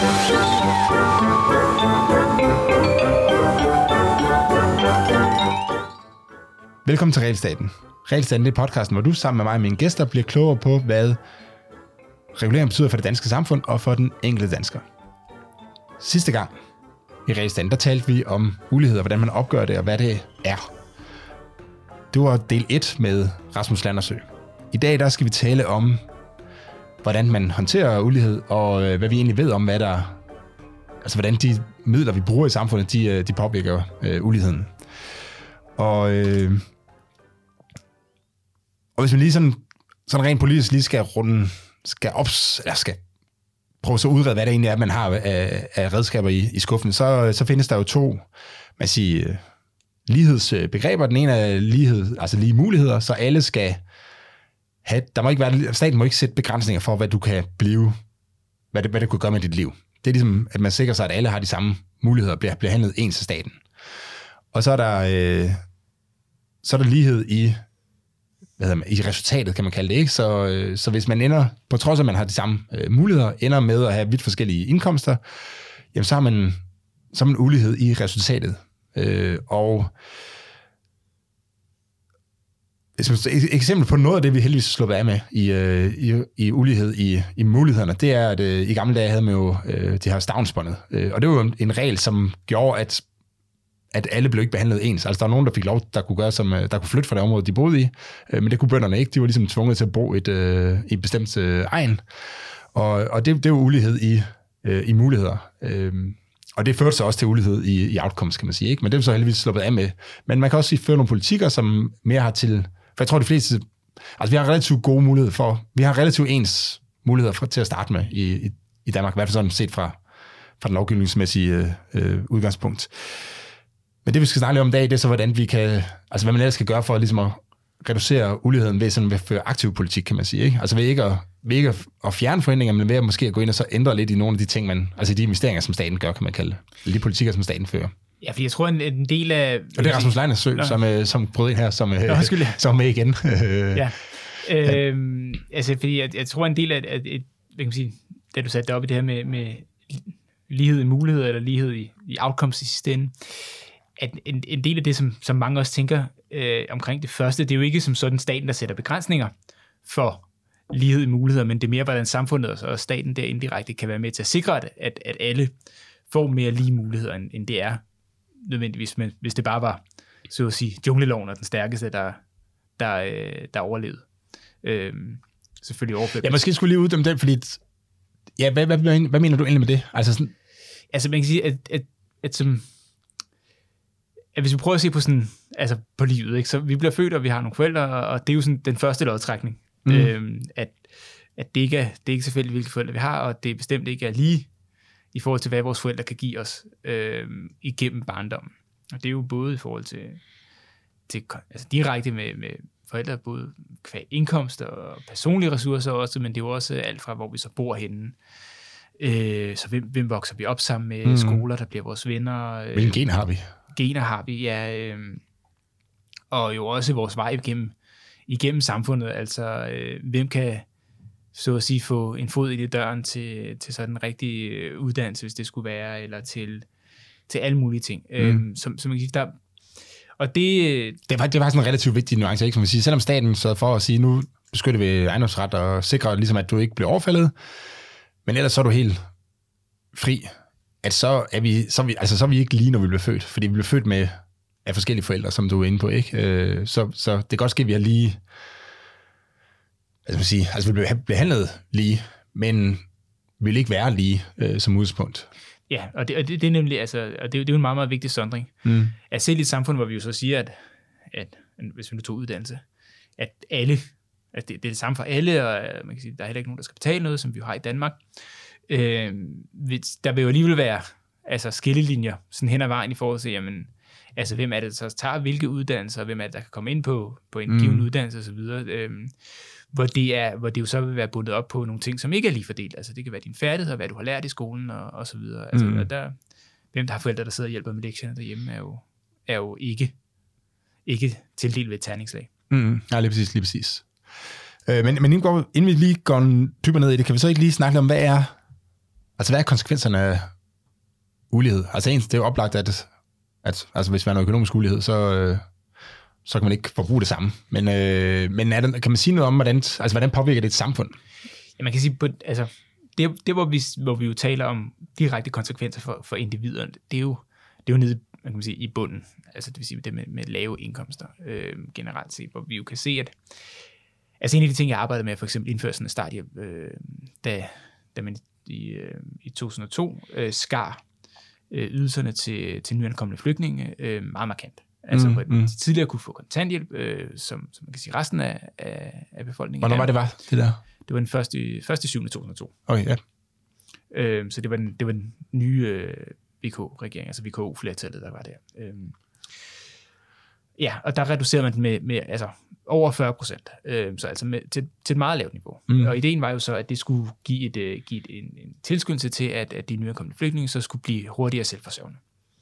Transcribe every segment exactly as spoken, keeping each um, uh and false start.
Velkommen til Realstaten. Realstaten det er podcasten, hvor du sammen med mig og mine gæster bliver klogere på, hvad regulering betyder for det danske samfund og for den enkelte dansker. Sidste gang i Realstaten, der talte vi om ulighed og hvordan man opgør det og hvad det er. Det var del et med Rasmus Landersø. I dag der skal vi tale om, hvordan man håndterer ulighed og hvad vi egentlig ved om, hvad der, altså hvordan de midler, vi bruger i samfundet, de, de påvirker øh, uligheden. Og, øh, og hvis man lige sådan, sådan rent politisk lige skal runde, skal, ops, eller skal prøve så at udrede, hvad det egentlig er, man har af, af redskaber i, i skuffen, så, så findes der jo to, man siger, lighedsbegreber. Den ene er lighed, altså lige muligheder, så alle skal have, der må ikke være, staten må ikke sætte begrænsninger for, hvad du kan blive, hvad det, hvad det kunne gøre med dit liv. Det er ligesom, at man sikrer sig, at alle har de samme muligheder og bliver, bliver handlet ens af staten. Og så er der, øh, så er der lighed i, hvad hedder man, i resultatet, kan man kalde det, ikke? Så, øh, så hvis man ender, på trods af, at man har de samme øh, muligheder, ender med at have vidt forskellige indkomster, jamen så har man, så har man ulighed i resultatet. Øh, og et eksempel på noget af det, vi heldigvis har sluppet af med i, øh, i, i ulighed i, i mulighederne, det er, at øh, i gamle dage havde man jo øh, det her stavnsbåndet. Øh, og det var jo en, en regel, som gjorde, at at alle blev ikke behandlet ens. Altså der var nogen, der fik lov, der kunne gøre, som der kunne flytte fra det område, de boede i, men det kunne bønderne ikke. De var ligesom tvunget til at bo et, øh, i et bestemt øh, egen. Og, og det, det er jo ulighed i, øh, i muligheder. Øh, og det førte sig også til ulighed i, i outcomes, kan man sige. Ikke? Men det er så heldigvis sluppet af med. Men man kan også sige, føre nogle politikker, som mere har til... For jeg tror, de fleste... Altså vi har relativt gode muligheder for... Vi har relativt ens muligheder for, til at starte med i, i, i Danmark. I hvert fald sådan set fra, fra den lovgivningsmæssige øh, udgangspunkt. Men det, vi skal snakke om i dag, det er så, hvordan vi kan, altså hvad man ellers skal gøre for ligesom at reducere uligheden ved, sådan, ved at føre aktiv politik, kan man sige. Ikke? Altså ved ikke, at, ved ikke at fjerne forhindringer, men ved at måske at gå ind og så ændre lidt i nogle af de ting, man, altså de investeringer, som staten gør, kan man kalde det. Eller de politikker, som staten fører. Ja, for jeg tror, en, en del af... Og det er Rasmus Landersø, som, som prøvede ind her, som, Nå, som er med igen. ja, øhm, altså fordi jeg, jeg tror, en del af, at et, hvad kan man sige, da du satte det op i det her med, med lighed i muligheder, eller lighed i, i outcomes i sidste ende, at en, en del af det, som, som mange også tænker øh, omkring det første, det er jo ikke som sådan staten, der sætter begrænsninger for lighed i muligheder, men det er mere, hvordan samfundet og staten der indirekte kan være med til at sikre, at, at, at alle får mere lige muligheder, end, end det er nødvendigvis, men hvis det bare var, så at sige, jungleloven og den stærkeste, der, der, øh, der overlevede. Øh, selvfølgelig overført. Ja, måske skulle lige uddømme den, fordi... Ja, hvad, hvad, hvad, hvad mener du egentlig med det? Altså, sådan... altså man kan sige, at, at, at som... at hvis vi prøver at se på sådan, altså på livet, ikke? Så vi bliver født, og vi har nogle forældre, og det er jo sådan den første lodtrækning, mm. øhm, at, at det ikke er, det er ikke selvfølgelig, hvilke forældre vi har, og det bestemt ikke er lige i forhold til, hvad vores forældre kan give os øhm, igennem barndommen. Og det er jo både i forhold til, til altså direkte med, med forældre, både kvad indkomst og personlige ressourcer også, men det er jo også alt fra, hvor vi så bor henne. Øh, så hvem, hvem vokser vi op sammen med, mm. skoler, der bliver vores venner. Øh, Hvilken gen har vi? Gener har vi, ja. Øh, og jo også vores vej igennem, igennem samfundet. Altså, øh, hvem kan så at sige få en fod ind i døren til, til sådan en rigtig uddannelse, hvis det skulle være, eller til, til alle mulige ting. Mm. Øh, som, som man kan sige, der... Og det... Det var, det var sådan en relativt vigtig nuance, ikke? Som man siger, selvom staten så for at sige, nu beskytter vi ejendomsret og sikrer ligesom, at du ikke bliver overfaldet, men ellers så er du helt fri, at så er vi, så er vi, altså så er vi ikke lige, når vi bliver født, fordi vi bliver født med af forskellige forældre, som du er inde på, ikke? Øh, så, så det kan godt ske, at vi har lige, altså man sige, altså vi bliver behandlet lige, men vi vil ikke være lige øh, som udgangspunkt. Ja, og det, og det, det er nemlig, altså, og det, det er jo en meget, meget vigtig sondring. Mm. At selv i et samfund, hvor vi jo så siger, at, at hvis vi nu tog uddannelse, at alle, at det, det er det samme for alle, og man kan sige, der er heller ikke nogen, der skal betale noget, som vi jo har i Danmark. Øh, der vil jo alligevel være altså skillelinjer sådan hen ad vejen i forhold til, jamen, altså hvem er det, der tager hvilke uddannelser, hvem er det, der kan komme ind på, på en mm. given uddannelse osv., øh, hvor, det er, hvor det jo så vil være bundet op på nogle ting, som ikke er lige fordelt. Altså det kan være dine færdigheder, hvad du har lært i skolen og, og så videre. Altså mm. der, hvem der har forældre, der sidder og hjælper med lektierne derhjemme, er jo, er jo ikke, ikke tildelt ved et terningslag. Mm. Ja, lige præcis, lige præcis. Øh, men, men inden, går, inden vi lige går dybere ned i det, kan vi så ikke lige snakke om, hvad er, Altså, hvad er konsekvenserne af ulighed? Altså, det er jo oplagt, at, at altså, hvis man har økonomisk ulighed, så, øh, så kan man ikke forbruge det samme. Men, øh, men er det, kan man sige noget om, hvordan, altså, hvordan påvirker det et samfund? Ja, man kan sige, på, altså, det, det hvor, vi, hvor vi jo taler om direkte konsekvenser for, for individerne, det er jo, det er jo nede man kan sige, i bunden. Altså, det vil sige det med, med lave indkomster øh, generelt set, hvor vi jo kan se, at altså en af de ting, jeg arbejdede med, for eksempel indførelsen af starthjælp, øh, da, da man i, øh, i to tusind og to øh, skar øh, ydelserne til, til nyankomne flygtninge øh, meget markant. Altså, mm, hvor de mm. tidligere kunne få kontanthjælp, øh, som, som man kan sige, resten af, af, af befolkningen. Hvornår var det var, det der? Det var den første, første syvende to tusind og to. Okay, ja. Øh, så det var den, det var den nye øh, V K-regering, altså V K O-flertallet, der var der. Øh, ja, og der reducerede man den med, med altså, over fyrre procent, øh, så altså med, til, til et meget lavt niveau. Mm. Og ideen var jo så, at det skulle give, et, uh, give et, en, en tilskyndelse til, at, at de nyankomne flygtninge så skulle blive hurtigere selvforsørgende.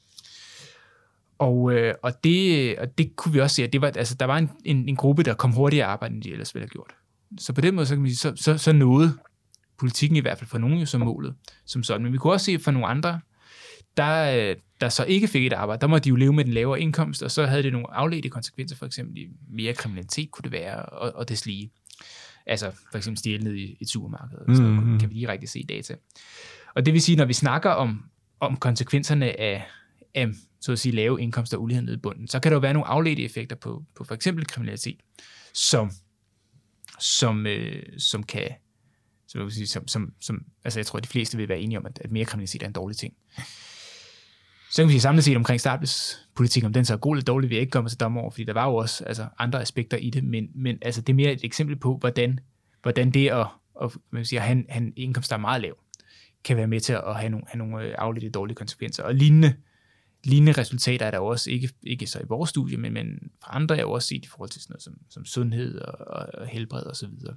Og, øh, og, det, og det kunne vi også se, at det var, altså, der var en, en, en gruppe, der kom hurtigere arbejde, end de ellers ville have gjort. Så på den måde, så, kan man sige, så, så, så nåede politikken i hvert fald for nogen jo som målet, som sådan. Men vi kunne også se for nogle andre, der, der så ikke fik et arbejde, der måtte de jo leve med den lavere indkomst, og så havde det nogle afledte konsekvenser, for eksempel mere kriminalitet kunne det være, og, og deslige. Altså for eksempel stjæle ned i et supermarked, mm, så mm. kan vi lige rigtig se data. Og det vil sige, når vi snakker om, om konsekvenserne af, af så at sige, lave indkomster og ulighed nede i bunden, så kan der jo være nogle afledte effekter på, på for eksempel kriminalitet, som, som, øh, som kan, så vil sige, som, som, som, altså jeg tror, at de fleste vil være enige om, at, at mere kriminalitet er en dårlig ting. Så kan vi sige samlet set omkring starthjælpspolitikken, om den så er god eller dårlig, vil jeg ikke komme til dommer over, fordi der var jo også altså, andre aspekter i det, men, men altså, det er mere et eksempel på, hvordan, hvordan det at, at, man siger, at have, en, have en indkomst, der er meget lav, kan være med til at have nogle, have nogle afledte dårlige konsekvenser. Og lignende, lignende resultater er der også, ikke, ikke så i vores studie, men, men fra andre er jo også set i forhold til sådan noget som, som sundhed og, og helbred og så videre.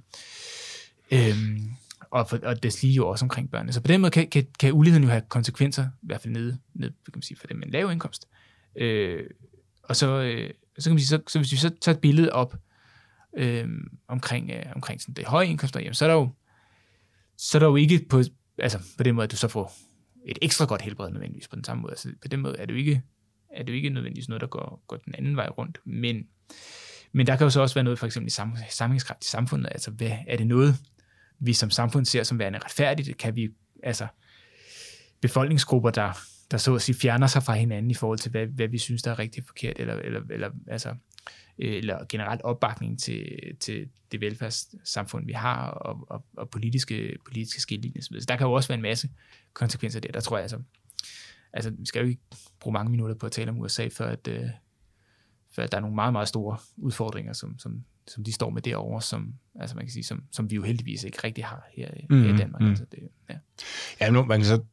Øhm, og, for, og det lige jo også omkring børnene. Så på den måde kan, kan, kan uligheden jo have konsekvenser, i hvert fald nede, nede kan man sige, for dem med en lav indkomst. Øh, og så, øh, så kan man sige, så, så hvis vi så tager et billede op øh, omkring, øh, omkring sådan det høje indkomster, jamen, så er der jo så er der jo ikke på, altså på den måde, at du så får et ekstra godt helbred nødvendigvis på den samme måde. Altså på den måde er det jo ikke, er det jo ikke nødvendigvis noget, der går, går den anden vej rundt. Men, men der kan jo så også være noget, for eksempel i sammenhængskraft i samfundet. Altså hvad, er det noget, vi som samfund ser som værende retfærdigt? Kan vi, altså befolkningsgrupper, der, der så at sige fjerner sig fra hinanden i forhold til, hvad, hvad vi synes, der er rigtig forkert, eller, eller, eller, altså, eller generelt opbakning til, til det velfærdssamfund, vi har, og, og, og politiske, politiske skillelinjer. Så der kan jo også være en masse konsekvenser der. Der tror jeg, altså, altså vi skal jo ikke bruge mange minutter på at tale om U S A, før at, øh, før at der er nogle meget, meget store udfordringer, som, som, som de står med derovre, som, altså man kan sige, som, som vi jo heldigvis ikke rigtig har her, mm, her i Danmark. Mm. Altså det, ja, ja nu, man kan så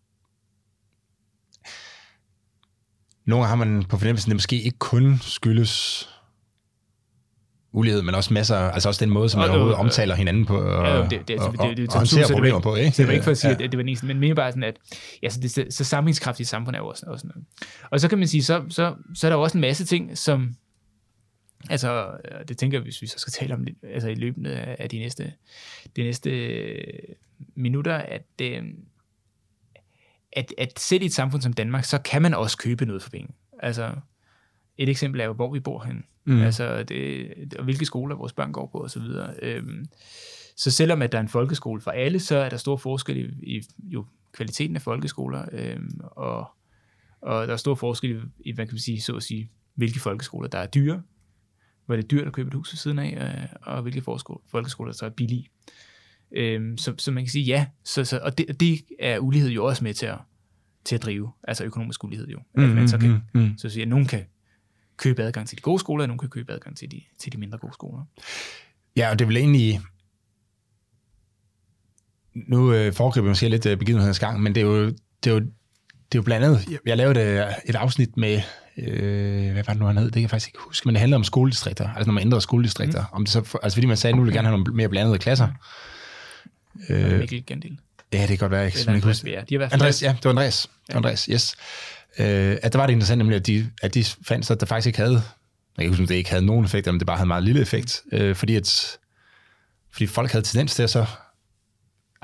nogle gange har man på fornemmelsen, at det måske ikke kun skyldes ulighed, men også masser, altså også den måde, som man overhovedet omtaler hinanden på, og, ja, det, det, og, det, det, det, og håndterer problemer på, ikke? Så det var ikke for at sige, ja. at det var den eneste, men mere bare sådan, at ja, så, det, så sammenhængskraftigt samfund er jo også, også noget. Og så kan man sige, så, så, så er der også en masse ting, som, altså, det tænker jeg, hvis vi så skal tale om lidt, altså i løbet af de næste, de næste minutter, at, at, at selv i et samfund som Danmark, så kan man også købe noget for penge. Altså, et eksempel er jo, hvor vi bor henne. Mm. Altså, det, og hvilke skoler vores børn går på, og så videre. Øhm, så selvom at der er en folkeskole for alle, så er der stor forskel i, i jo, kvaliteten af folkeskoler, øhm, og, og der er stor forskel i, i, hvad kan man sige, så at sige, hvilke folkeskoler, der er dyre, hvor det er dyrt at købe et hus ved siden af, øh, og hvilke folkeskoler, der så er billige. Øhm, så, så man kan sige, ja, så, så, og det, det er ulighed jo også med til at, til at drive, altså økonomisk ulighed jo. At man så kan, mm, mm. så at sige, at nogen kan købe adgang til de gode skoler, og nogen kan købe adgang til de, til de mindre gode skoler. Ja, og det er vel egentlig, nu øh, foregriber jeg måske lidt øh, begivenhedens gang, men det er jo, det er jo, det er jo blandt andet, jeg, jeg lavede et, et afsnit med, øh, hvad var det nu han hed, det kan jeg faktisk ikke huske, men det handler om skoledistrikter, altså når man ændrer skoledistrikter, mm. om det så, altså fordi man sagde, at nu vil gerne have nogle mere blandede klasser. Mm. Øh, Mikkel Gendil. Ja, det kan godt være, jeg kan ikke huske. Ja, de har Andreas, ja, det var Andreas. Ja. Andreas, yes. Øh, at der var det interessant, nemlig, at de, at de fandt sig, at der faktisk ikke havde, jeg kan ikke huske, om det ikke havde nogen effekt, men det bare havde en meget lille effekt, øh, fordi, at, fordi folk havde tendens til at så,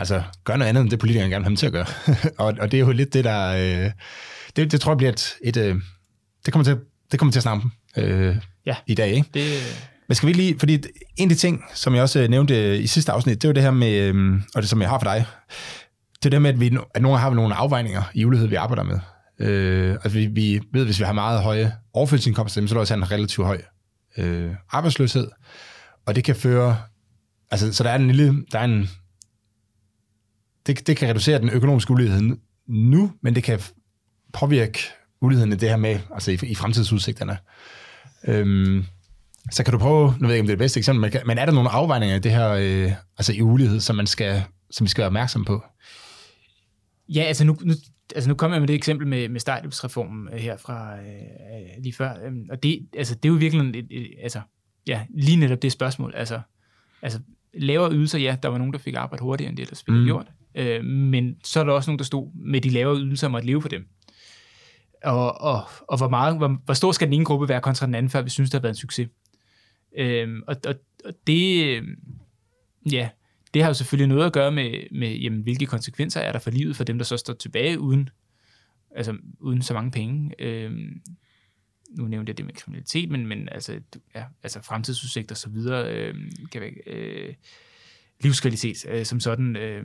altså, gør noget andet, end det politikerne gerne vil have dem til at gøre. og, og det er jo lidt det, der... Øh, det, det tror jeg bliver et... et øh, det, kommer til, det kommer til at snakke øh, ja. i dag, ikke? Det... Men skal vi lige... Fordi en af de ting, som jeg også nævnte i sidste afsnit, det er jo det her med... Øh, og det, som jeg har for dig, det er det med, at, vi, at nogle har vi nogle afvejninger i ulighed, vi arbejder med. Øh, altså, vi, vi ved, hvis vi har meget høje overførselsindkomster, så er der også en relativt høj øh, arbejdsløshed. Og det kan føre... Altså, så der er en lille... Der er en, det, det kan reducere den økonomiske ulighed nu, men det kan påvirke uligheden i det her med, altså i, i fremtidsudsigterne. Øhm, så kan du prøve, nu ved jeg ikke, om det er det bedste eksempel, men, men er der nogle afvejninger i det her, øh, altså i ulighed, som man skal, som vi skal være opmærksom på? Ja, altså nu, nu, altså nu kommer jeg med det eksempel med, med starthjælpsreformen her fra øh, lige før, øhm, og det, altså, det er jo virkelig et, et, altså, ja, lige netop det spørgsmål, altså, altså lavere ydelser, ja, der var nogen, der fik arbejde hurtigere, end det ellers ville have gjort, øh, men så er der også nogen, der stod med de lavere ydelser og måtte leve på dem. Og, og, og hvor, meget, hvor, hvor stor skal den ene gruppe være kontra den anden, før vi synes, det har været en succes. Øhm, og, og, og det, ja, det har jo selvfølgelig noget at gøre med, med jamen, hvilke konsekvenser er der for livet for dem, der så står tilbage uden, altså, uden så mange penge. Øhm, nu nævnte jeg det med kriminalitet, men, men altså, ja, altså fremtidsudsigter og så videre, øh, kan være, øh, livskvalitet øh, som sådan. Øh,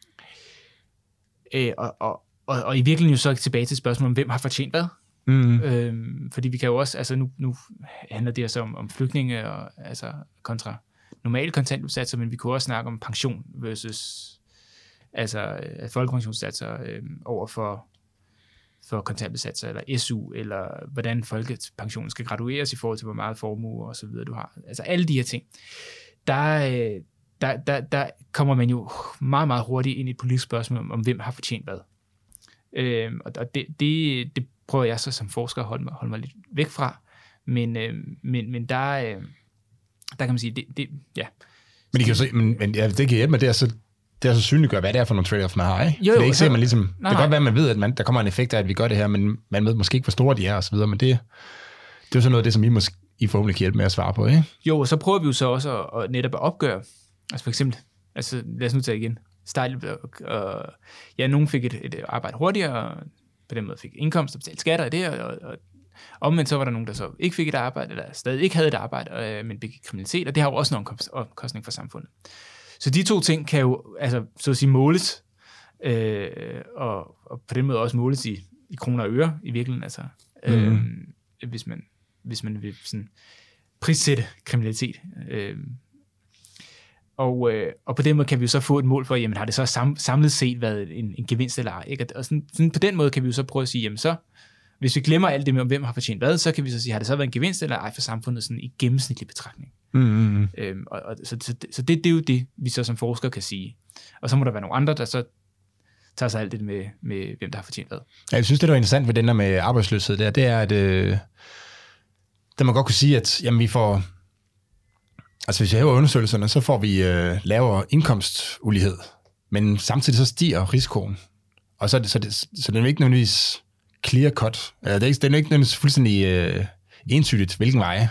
øh, og, og, og, og i virkeligheden jo så tilbage til spørgsmålet om, hvem har fortjent hvad? Mm. Øhm, fordi vi kan jo også, altså nu, nu handler det altså om, om flygtninge og altså kontra normale kontanthjælpssatser, men vi kunne også snakke om pension versus altså folkepensionssatser øh, over for for kontanthjælpssatser, eller S U, eller hvordan folkepensionen skal gradueres i forhold til, hvor meget formue og så videre du har. Altså alle de her ting. Der, der, der, der kommer man jo meget, meget hurtigt ind i et politisk spørgsmål om, om hvem har fortjent hvad. Øhm, og det, det, det prøver jeg så som forsker at holde mig, holde mig lidt væk fra. Men, øh, men, men der, øh, der kan man sige, det, det ja. Men, de kan så, men, men ja, det kan hjælpe med det, er så det er så synligt hvad det er for nogle trade-off, man har, ikke? Jo, jo, det er ikke så, man ligesom, nej, det kan nej. godt være, at man ved, at man, der kommer en effekt af, at vi gør det her, men man ved måske ikke, hvor store de er, og så videre, men det, det er jo sådan noget af det, som I, måske, I forhåbentlig kan hjælpe med at svare på, ikke? Jo, og så prøver vi jo så også at, at netop at opgøre, altså for eksempel, altså lad os nu tage igen, start, og ja, nogen fik et, et arbejde hurtigere, og på den måde fik indkomst og betalte skatter af det, og, og omvendt så var der nogen, der så ikke fik et arbejde, eller stadig ikke havde et arbejde, øh, men begik kriminalitet, og det har jo også nogle omkostning for samfundet. Så de to ting kan jo, altså, så at sige, måles, øh, og, og på den måde også måles i, i kroner og øre, i virkeligheden, altså, øh, mm. hvis, man, hvis man vil sådan prissætte kriminalitet. Øh, og, øh, og på den måde kan vi jo så få et mål for, jamen har det så sam, samlet set været en, en gevinst eller ej, ikke? Og sådan, sådan på den måde kan vi jo så prøve at sige, jamen så, hvis vi glemmer alt det med, om hvem har fortjent hvad, så kan vi så sige, har det så været en gevinst eller ej for samfundet sådan i gennemsnitlig betragtning. Mm-hmm. Øhm, og, og, så så, så det, det er jo det, vi så som forskere kan sige. Og så må der være nogle andre, der så tager sig alt det med, med hvem der har fortjent hvad. Ja, jeg synes, det der er interessant ved den der med arbejdsløshed, der, det er, at øh, der man godt kunne sige, at jamen, vi får, altså hvis vi hæver undersøgelserne, så får vi øh, lavere indkomstulighed, men samtidig så stiger risikoen. Og så, så, det, så den er ikke nødvendigvis clear cut. Altså, det er ikke, den er ikke nødvendigvis fuldstændig øh, entydigt, hvilken vej.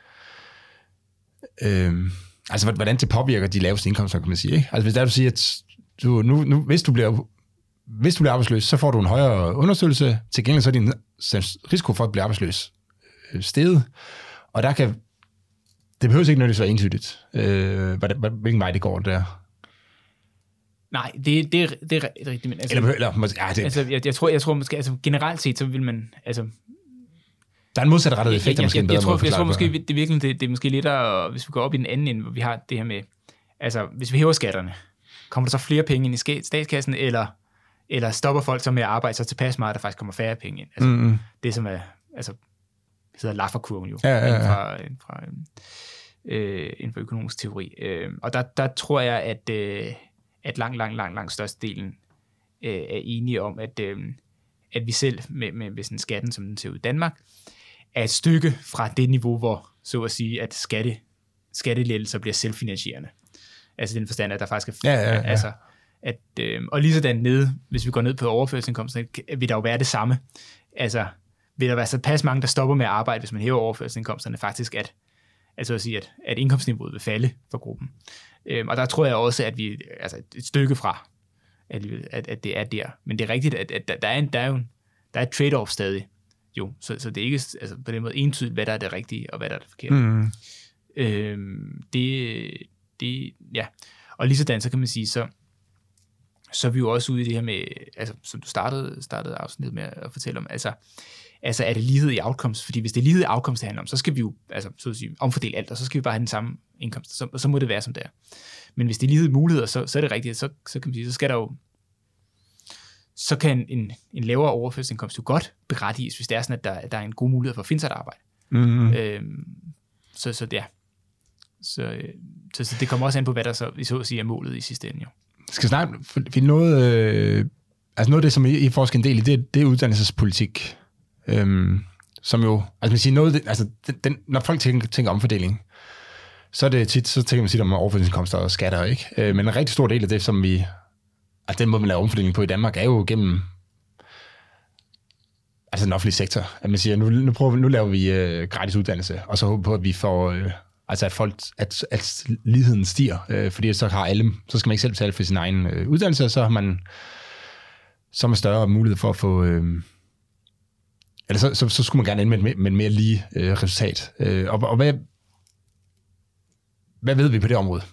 Øhm, altså, hvordan det påvirker de laveste indkomster, kan man sige, ikke? Altså, hvis der du siger, at du, nu, nu, hvis, du bliver, hvis du bliver arbejdsløs, så får du en højere undersøgelse, til gengæld så er din risiko for at blive arbejdsløs øh, steget, og der kan, det behøver ikke nødvendigvis være entydigt, øh, hvordan, hvilken vej det går der. Nej, det, det, det er rigtigt, men altså, eller, eller måske, ja, det, altså jeg, jeg tror, jeg tror måske, altså generelt set, så vil man, altså der er en modsatrettet effekt, der måske jeg, en bedre jeg, jeg, tror, jeg tror måske, det. det er virkelig, det, det er måske lidt at, hvis vi går op i den anden ende, hvor vi har det her med, altså hvis vi hæver skatterne, kommer der så flere penge ind i statskassen, eller, eller stopper folk så med at arbejde så tilpas meget, at der faktisk kommer færre penge ind. Altså, mm-hmm. Det som er, altså, det hedder Laffer-kurven jo, ja, ja, ja. Inden fra, inden fra, øh, inden for økonomisk teori. Øh, og der, der tror jeg, at, øh, at langt, langt, langt, langt størstedelen øh, er enige om, at, øh, at vi selv, med, med, med sådan skatten, som den ser ud i Danmark, er et stykke fra det niveau, hvor, så at sige, at skatte, skattelettelser bliver selvfinansierende. Altså den forstand, at der faktisk er... Ja, ja, ja. Altså, at, øh, og lige sådan nede, hvis vi går ned på overførselsindkomsten, vil der jo være det samme. Altså, vil der være så pas mange, der stopper med at arbejde, hvis man hæver overførselsindkomsterne, faktisk at, altså at, sige, at, at indkomstniveauet vil falde for gruppen. Øh, og der tror jeg også, at vi altså et stykke fra, at, at det er der. Men det er rigtigt, at, at der, er en, der er jo en, der er et trade-off stadig. Jo, så, så det er ikke altså, på den måde entydigt, hvad der er det rigtige, og hvad der er det forkerte. Mm. Øhm, det, det, ja. Og lige sådan, så kan man sige, så, så er vi jo også ude i det her med, altså, som du startede, startede afsnittet med at fortælle om, altså, altså er det lighed i outcomes? Fordi hvis det er lighed i outcomes, det handler om, så skal vi jo altså, så at sige, omfordele alt, og så skal vi bare have den samme indkomst, så, så må det være som det er. Men hvis det er lighed i muligheder, så, så er det rigtigt, så, så kan man sige, så skal der jo, så kan en, en lavere overførselsindkomst jo godt berettiges, hvis det er sådan, at der, der er en god mulighed for at finde sig et arbejde. Mm-hmm. Øhm, så, så det er. Så, så, så det kommer også an på, hvad der så, vi så at sige, er målet i sidste ende. Jo. Skal snakke, for noget, øh, altså noget af det, som I, I forsker en del i, det, det er uddannelsespolitik. Øhm, som jo, altså man siger noget, altså den, den, når folk tænker, tænker omfordeling, så er det tit, så tænker man tit om overførselsindkomster og skatter, ikke? Øh, men en rigtig stor del af det, som vi, altså den måde, man laver omfordeling på i Danmark, er jo gennem altså den offentlige sektor. At man siger, nu, nu, prøver, nu laver vi øh, gratis uddannelse, og så håber på, at vi får, øh, altså at folk, at, at ligheden stiger, øh, fordi så har alle, så skal man ikke selv betale for sin egen øh, uddannelse, og så har man, så har man større mulighed for at få, øh, eller så, så, så skulle man gerne ende med et med mere lige øh, resultat. Øh, og, og hvad, hvad ved vi på det område?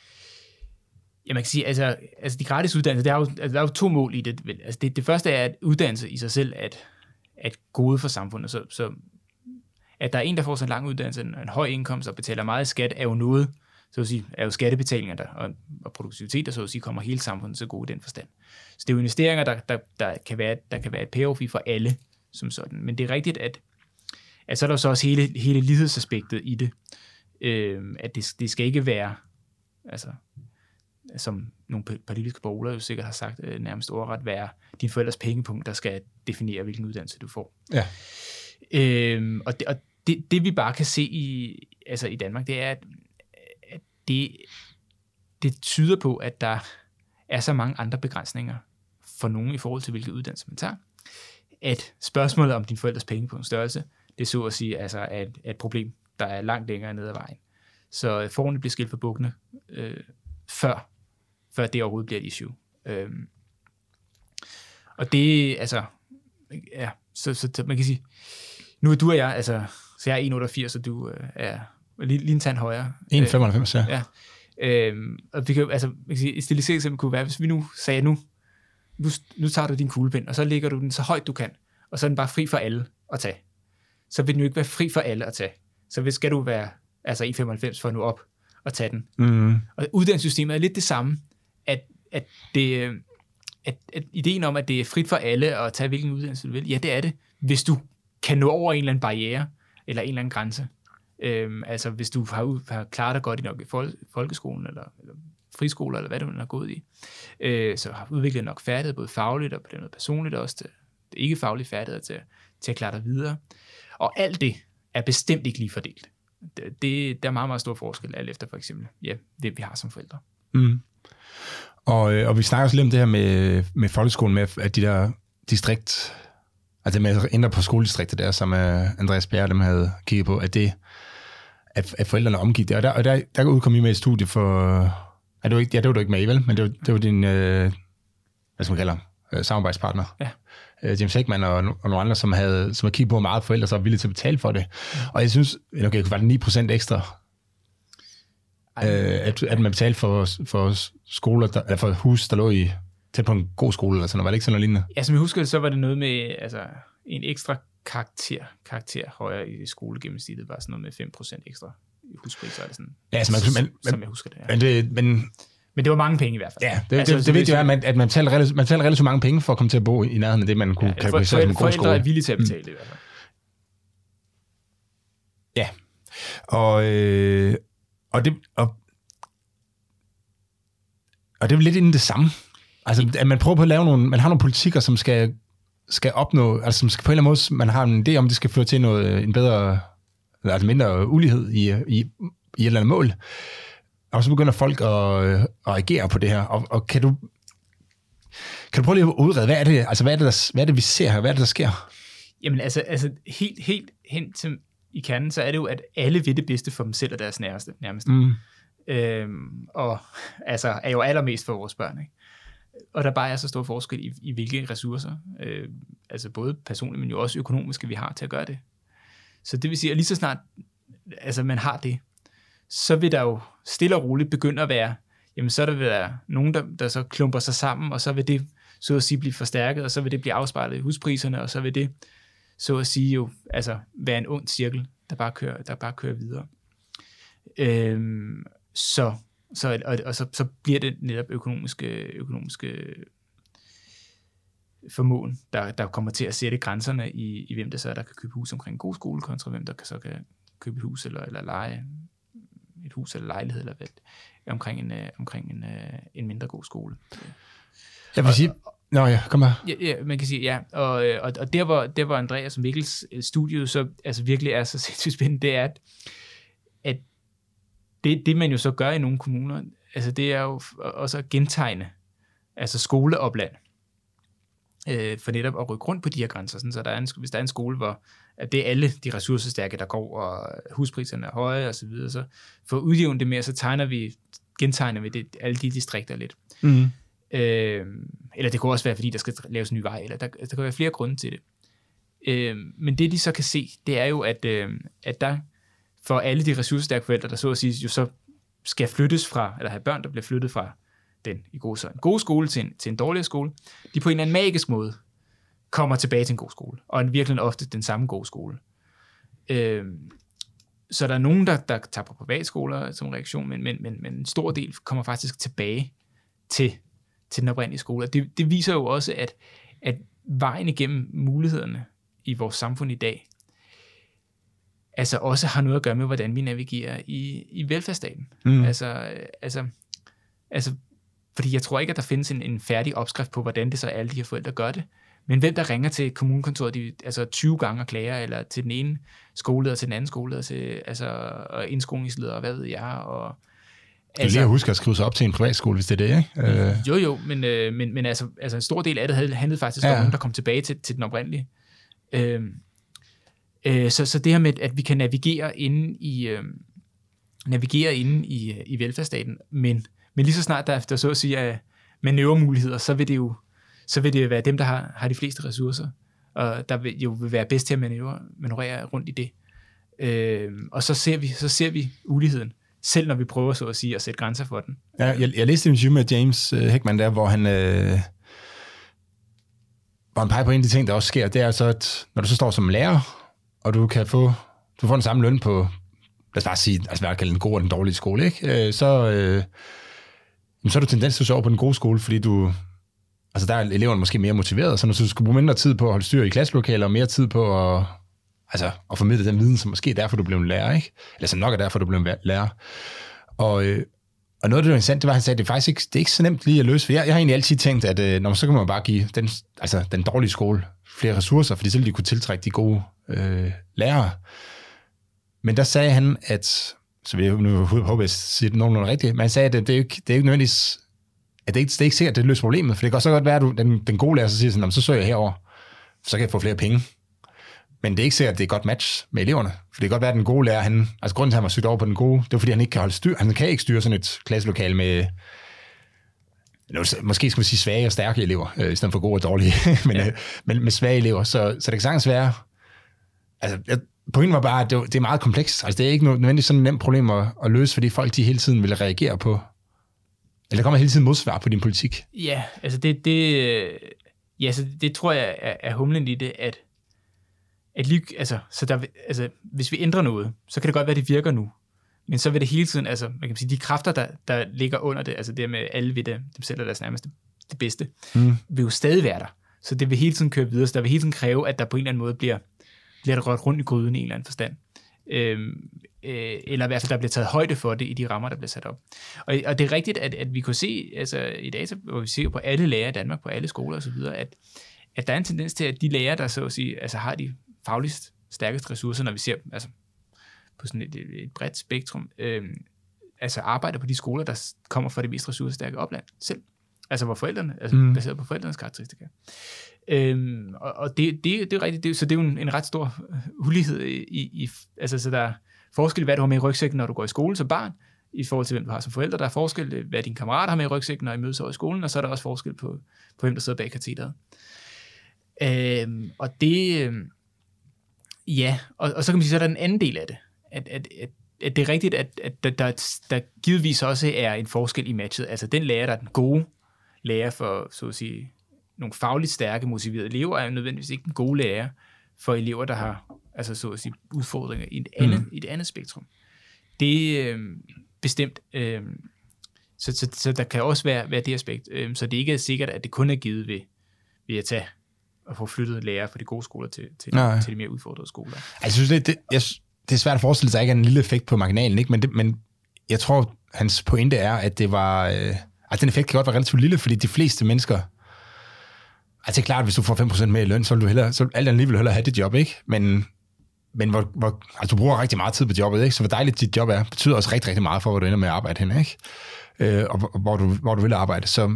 Ja, man kan sige, altså, altså de gratis uddannelser, der er jo, altså, der er jo to mål i det. Altså det, det første er, at uddannelse i sig selv er et, er et gode for samfundet. Så, så at der er en, der får så en lang uddannelse, en, en høj indkomst og betaler meget skat, er jo noget, så at sige, er jo skattebetalinger der, og, og produktivitet, der så at sige, kommer hele samfundet så gode i den forstand. Så det er jo investeringer, der, der, der, kan, være, der kan være et payoff i for alle som sådan. Men det er rigtigt, at, at så er der så også hele, hele lighedsaspektet i det. Øhm, at det, det skal ikke være, altså som nogle politiske borgere jo sikkert har sagt, øh, nærmest ordret være din forældres pengepunkt, der skal definere, hvilken uddannelse du får. Ja. Øhm, og det, og det, det vi bare kan se i, altså i Danmark, det er, at, at det, det tyder på, at der er så mange andre begrænsninger for nogen i forhold til, hvilke uddannelse man tager, at spørgsmålet om din forældres pengepunkt størrelse, det så at sige altså er et, er et problem, der er langt længere ned ad vejen. Så forhånden bliver skilt for bukkene, øh, før, før det overhovedet bliver et issue. Øhm, og det, altså, ja, så, så man kan sige, nu er du og jeg, altså, så jeg er en komma otteogfirs, og du øh, er lige, lige en tand højere. en komma femoghalvfems, ja. ja. Øhm, og vi kan, altså, man kan sige, et stiliseret eksempel kunne være, hvis vi nu sagde, nu, nu, nu tager du din kuglepen, og så lægger du den så højt du kan, og så er den bare fri for alle at tage. Så vil den jo ikke være fri for alle at tage. Så skal du være altså en komma femoghalvfems for at nå op og tage den. Mm. Og uddannelsessystemet er lidt det samme, at, at, det, at, at ideen om, at det er frit for alle at tage hvilken uddannelse du vil, ja, det er det, hvis du kan nå over en eller anden barriere, eller en eller anden grænse. Øhm, altså hvis du har, har klaret dig godt i nok i fol- folkeskolen, eller, eller friskoler, eller hvad du har gået i, øh, så har udviklet nok færdighed, både fagligt og på den måde personligt, også til, til ikke faglige færdigheder til, til at klare dig videre. Og alt det er bestemt ikke lige fordelt. Det, det, der er meget, meget stor forskel, alt efter for eksempel, ja, det vi har som forældre. Mm. Og, og vi snakker også lidt om det her med, med folkeskolen, med at de der distrikt, altså med at ændre på skoledistrikter der, som Andreas Bjerre dem havde kigget på, at det, at, at forældrene omgik det. Og der, og der, der udkom I med et studie for, er det jo ikke, ja, det var du ikke med i, vel? Men det var, det var din, øh, hvad skal man kalde øh, samarbejdspartner. Ja. James Heckman og, og nogle andre, som havde, som havde kigget på, hvor meget forældre så var villige til at betale for det. Og jeg synes, okay, det var ni procent ekstra, øh, at, at man betalte for, for skoler, der, eller for hus, der lå i tæt på en god skole, eller sådan noget. Var det ikke sådan noget lignende? Ja, som jeg husker, så var det noget med altså, en ekstra karakter, karakter højere i skolegennemsnittet, var sådan noget med fem procent ekstra i huspris, så er det sådan, ja, altså, man, men, som jeg husker det. Ja. Men det men, Men det var mange penge i hvert fald. Ja, det, altså, det, det, det vigtige er, at man, at man betaler relativt, man betaler relativt mange penge for at komme til at bo i nærheden af det, man kunne ja, kategorisere som en god skole. Forældre er villige til at betale mm. det i hvert fald. Ja, og, øh, og, det, og, og det er lidt inden det samme. Altså, at man prøver på at lave nogle, man har nogle politikker, som skal, skal opnå, altså som skal på en eller anden måde, man har en idé om, det skal føre til noget, en bedre, altså mindre ulighed i, i, i et eller andet mål. Og så begynder folk at, at agere på det her. Og, og kan du kan du prøve lige at udrede, hvad er det, altså hvad er det, der, hvad er det vi ser her? Hvad er det, der sker? Jamen altså, altså helt, helt hen til i kernen, så er det jo, at alle vil det bedste for dem selv og deres nærmeste. nærmeste. Mm. Øhm, og altså er jo allermest for vores børn. Ikke? og der bare er så stor forskel i, i hvilke ressourcer, øh, altså både personligt, men jo også økonomiske, vi har til at gøre det. Så det vil sige, at lige så snart altså man har det, så vil der jo stille og roligt begynde at være, jamen så der vil der nogen, der, der så klumper sig sammen, og så vil det så at sige blive forstærket, og så vil det blive afspejlet i huspriserne, og så vil det så at sige jo altså være en ond cirkel, der bare kører, der bare kører videre. Øhm, så, så, og, og så, så bliver det netop økonomiske, økonomiske formåen, der, der kommer til at sætte grænserne i, i hvem der så der kan købe hus omkring en god skole, kontra hvem der så kan købe et hus eller, eller lege et hus eller lejlighed eller hvad, omkring en, omkring en, en mindre god skole. Jeg vil sige, nå ja, kom her. Ja, ja, man kan sige, ja, og, og, og der, hvor, der hvor Andreas og Mikkels studie så altså virkelig er så sindssygt spændende, det er, at, at det, det man jo så gør i nogle kommuner, altså det er jo også at gentegne altså skoleopland, øh, for netop at rykke rundt på de her grænser, sådan, så der er en, hvis der er en skole, hvor at det er alle de ressourcestærke, der går, og huspriserne er høje og så videre, så for at udjævne det mere, så tegner vi, gentegner vi det, alle de distrikter lidt. Mm. Øh, eller det kunne også være, fordi der skal laves en ny vej, eller der, der kan være flere grunde til det. Øh, men det de så kan se, det er jo, at, øh, at der for alle de ressourcestærke forældre, der så at sige, jo så skal flyttes fra, eller have børn, der bliver flyttet fra den i gode, så en god skole til en, til en dårligere skole, de på en eller anden magisk måde kommer tilbage til en god skole, og en virkelig ofte den samme gode skole. Øh, så der er nogen, der, der tager på privatskoler som reaktion, men, men, men, men en stor del kommer faktisk tilbage til, til den oprindelige skole. Det, det viser jo også, at, at vejen igennem mulighederne i vores samfund i dag, altså også har noget at gøre med, hvordan vi navigerer i, i velfærdsstaten. Mm. Altså, altså, altså, fordi jeg tror ikke, at der findes en, en færdig opskrift på, hvordan det så alle de her forældre gør det. Men hvem der ringer til kommunekontoret, de, altså tyve gange og klager, eller til den ene skoleleder, til den anden skoleleder, til altså, og indskolingsleder, og hvad ved jeg, og skal altså, lige huske at skrive sig op til en privatskole, hvis det er det, ikke? Øh. Jo, jo, men, øh, men, men altså, altså en stor del af det handlede faktisk ja. om nogen, der kom tilbage til, til den oprindelige. Øh, øh, så, så det her med, at vi kan navigere inde i, øh, navigere inde i, i velfærdsstaten, men, men lige så snart der, der så at sige er manøvremuligheder, så vil det jo så vil det være dem, der har, har de fleste ressourcer, og der vil jo vil være bedst til at manøvrere, manøvrere rundt i det. Øh, og så ser vi så ser vi uligheden, selv når vi prøver så at sige at sætte grænser for den. Ja, jeg, jeg læste en interview med James Heckman der, hvor han øh, hvor han peger på en af de ting, der også sker, det er så, at når du så står som lærer, og du kan få du får den samme løn på, lad os bare sige, altså hvad kalder den gode og den dårlige skole, ikke? Øh, så, øh, så er du tendens til at sove på den gode skole, fordi du altså der er eleverne måske mere motiveret, så når du skal bruge mindre tid på at holde styr i klasselokaler, og mere tid på at, altså, at formidle den viden, som måske er derfor, du blev en lærer, ikke? Eller som nok er derfor, du blev en lærer. Og, øh, og noget af det, der var interessant, det var, at han sagde, at det er faktisk ikke, det er ikke så nemt lige at løse, for jeg, jeg har egentlig altid tænkt, at øh, når, så kan man bare give den, altså, den dårlige skole flere ressourcer, fordi så ville de kunne tiltrække de gode øh, lærere. Men der sagde han, at, så vil jeg nu håbe, at jeg siger det nogenlunde rigtigt, men han sagde, at det, det er ikke, det er ikke nødvendigvis at det, ikke, det er ikke sikkert, at det løser problemet, for det kan også godt være, at du, den, den gode lærer så siger sådan, så søger jeg herover, så kan jeg få flere penge. Men det er ikke sikkert, at det er et godt match med eleverne, for det kan godt være, at den gode lærer, han, altså grunden til, at han var sygt over på den gode, det er fordi, han ikke kan holde styr, han kan ikke styre sådan et klasselokale med, måske skal man sige svage og stærke elever, øh, i stedet for gode og dårlige, men, ja. øh, men med svage elever, så, så det kan sagtens være, altså jeg, pointen var bare, at det, det er meget komplekst, altså det er ikke nødvendigvis sådan et nemt problem at, at løse, fordi folk de hele tiden vil reagere på. Eller der kommer hele tiden modsvar på din politik. Ja, altså det, det, ja, så det tror jeg er, er humlen i det, at, at lige, altså, så der, altså, hvis vi ændrer noget, så kan det godt være, at det virker nu. Men så vil det hele tiden, altså man kan sige, de kræfter, der, der ligger under det, altså det med alle ved det, dem selv er deres nærmest det, det bedste, mm. vil jo stadig være der. Så det vil hele tiden køre videre, så der vil hele tiden kræve, at der på en eller anden måde bliver, bliver der rørt rundt i gryden i en eller anden forstand. Øhm, øh, eller i hvert fald, der bliver taget højde for det i de rammer, der bliver sat op. Og, og det er rigtigt, at, at vi kunne se, altså i data, hvor vi ser på alle lærere i Danmark, på alle skoler osv., at, at der er en tendens til, at de lærere, der så at sige, altså har de fagligst stærkeste ressourcer, når vi ser altså på sådan et, et bredt spektrum, øh, altså arbejder på de skoler, der kommer fra det mest ressourcestærke opland selv. Altså hvor forældrene, altså mm. baseret på forældrenes karakteristika. Øhm, og og det, det, det er rigtigt, det, så det er jo en, en ret stor ulighed i, i, altså så der er forskel, hvad du har med i rygsækken, når du går i skole som barn, i forhold til, hvem du har som forældre. Der er forskel, hvad dine kammerater har med i rygsækken, når I mødes over i skolen, og så er der også forskel på, på hvem der sidder bag katedret. Øhm, og det, øh, ja, og, og så kan man sige, så er der en anden del af det, at, at, at, at det er rigtigt, at, at der, der, der givetvis også er en forskel i matchet. Altså den lærer, der er den gode lærer for, så at sige, nogle fagligt stærke, motiverede elever, er nødvendigvis ikke den gode lærer for elever, der har, altså så at sige, udfordringer i et andet, mm. i et andet spektrum. Det er øh, bestemt, øh, så, så, så der kan også være, være det aspekt, øh, så det ikke er sikkert, at det kun er givet ved, ved at tage og få flyttet lærere fra de gode skoler til, til, til de mere udfordrede skoler. Jeg synes, det, det, jeg, det er svært at forestille sig, at der ikke er en lille effekt på marginalen, ikke? Men, det, men jeg tror, hans pointe er, at det var, øh, at den effekt kan godt være relativt lille, fordi de fleste mennesker, altså det er klart, at hvis du får fem procent mere i løn, så vil du hellere, så alt andet lige vil hellere have det job, ikke? Men, men hvor, hvor, altså du bruger rigtig meget tid på jobbet, ikke? Så hvor dejligt dit job er, betyder også rigtig, rigtig meget for, hvor du ender med at arbejde hen, ikke? Øh, og, og hvor, du, hvor du vil arbejde. Så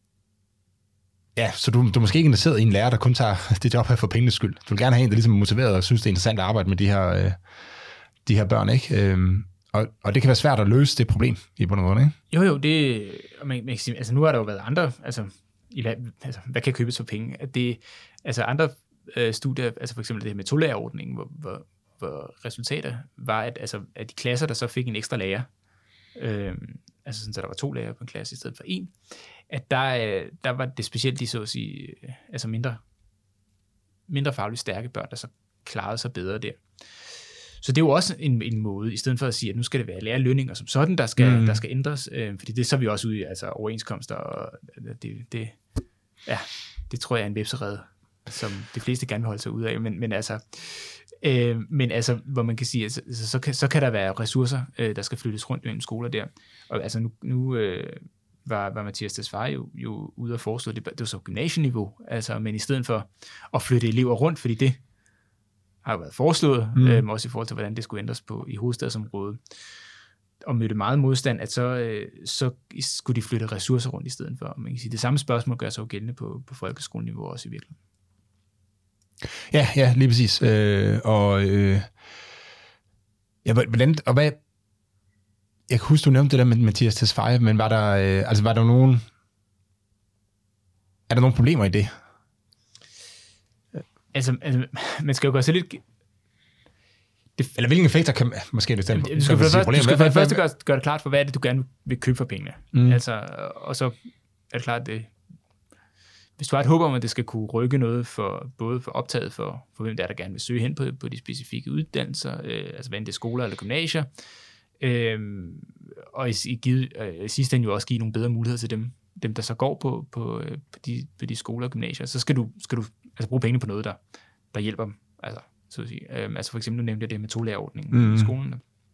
ja, så du, du er måske ikke interesseret i en lærer, der kun tager det job her for pengenes skyld. Du vil gerne have en, der ligesom er motiveret og synes, det er interessant at arbejde med de her, øh, de her børn, ikke? Øhm, og, og det kan være svært at løse det problem i bund og grund, ikke? Jo, jo, det, man, man kan sige, altså nu har der jo været andre, altså, i, altså hvad kan købes for penge? At det, altså andre øh, studier, altså for eksempel det her med tolærerordningen, hvor, hvor, hvor resultater var, at, altså, at de klasser, der så fik en ekstra lærer, øh, altså sådan, så der var to lærere på en klasse i stedet for en, at der, der var det specielt de, så at sige, altså mindre, mindre fagligt stærke børn, der så klarede sig bedre der. Så det er jo også en, en måde, i stedet for at sige, at nu skal det være lærerlønninger som sådan, der skal, mm. der skal ændres, øh, fordi det så er vi også ude i altså overenskomster, og det, det, ja, det tror jeg er en vepserede, som de fleste gerne vil holde sig ud af, men, men altså, øh, men altså, hvor man kan sige, altså, så, kan, så kan der være ressourcer, øh, der skal flyttes rundt mellem skoler der, og altså nu, nu øh, var, var Mathias Tesfaye jo, jo ude og foreslå, det, det var så gymnasieniveau, altså, men i stedet for at flytte elever rundt, fordi det har jo været foreslået, mm. øh, også i forhold til, hvordan det skulle ændres på i hovedstadsområdet, og mødte meget modstand, at så, øh, så skulle de flytte ressourcer rundt i stedet for. Man kan sige, det samme spørgsmål gør sig jo gældende på, på folkeskoleniveau også i virkeligheden. Ja, ja, lige præcis. Øh, og øh, ja, hvordan, og hvad, jeg kan huske, du nævnte det der med Mathias Tesfaye, men var der, øh, altså var der nogen, er der nogle problemer i det? Altså, altså man skal jo gøre sig lidt... Det, eller hvilke effekter kan måske det stemme på? Du skal for det første, skal for det første gøre, gøre det klart for, hvad er det, du gerne vil købe for pengene. Mm. Altså, og så er det klart, at det, hvis du har et håb om, at det skal kunne rykke noget for både for optaget for, for hvem der er, der gerne vil søge hen på, på de specifikke uddannelser, øh, altså hvad det er skoler eller gymnasier, øh, og i, i, givet, øh, i sidste ende jo også give nogle bedre muligheder til dem, dem der så går på, på, på, de, på de skoler og gymnasier, så skal du, skal du altså bruge penge på noget, der, der hjælper dem. Altså, så at sige. Øhm, altså for eksempel, nu nævnte jeg det med tolærerordningen mm. i skolen.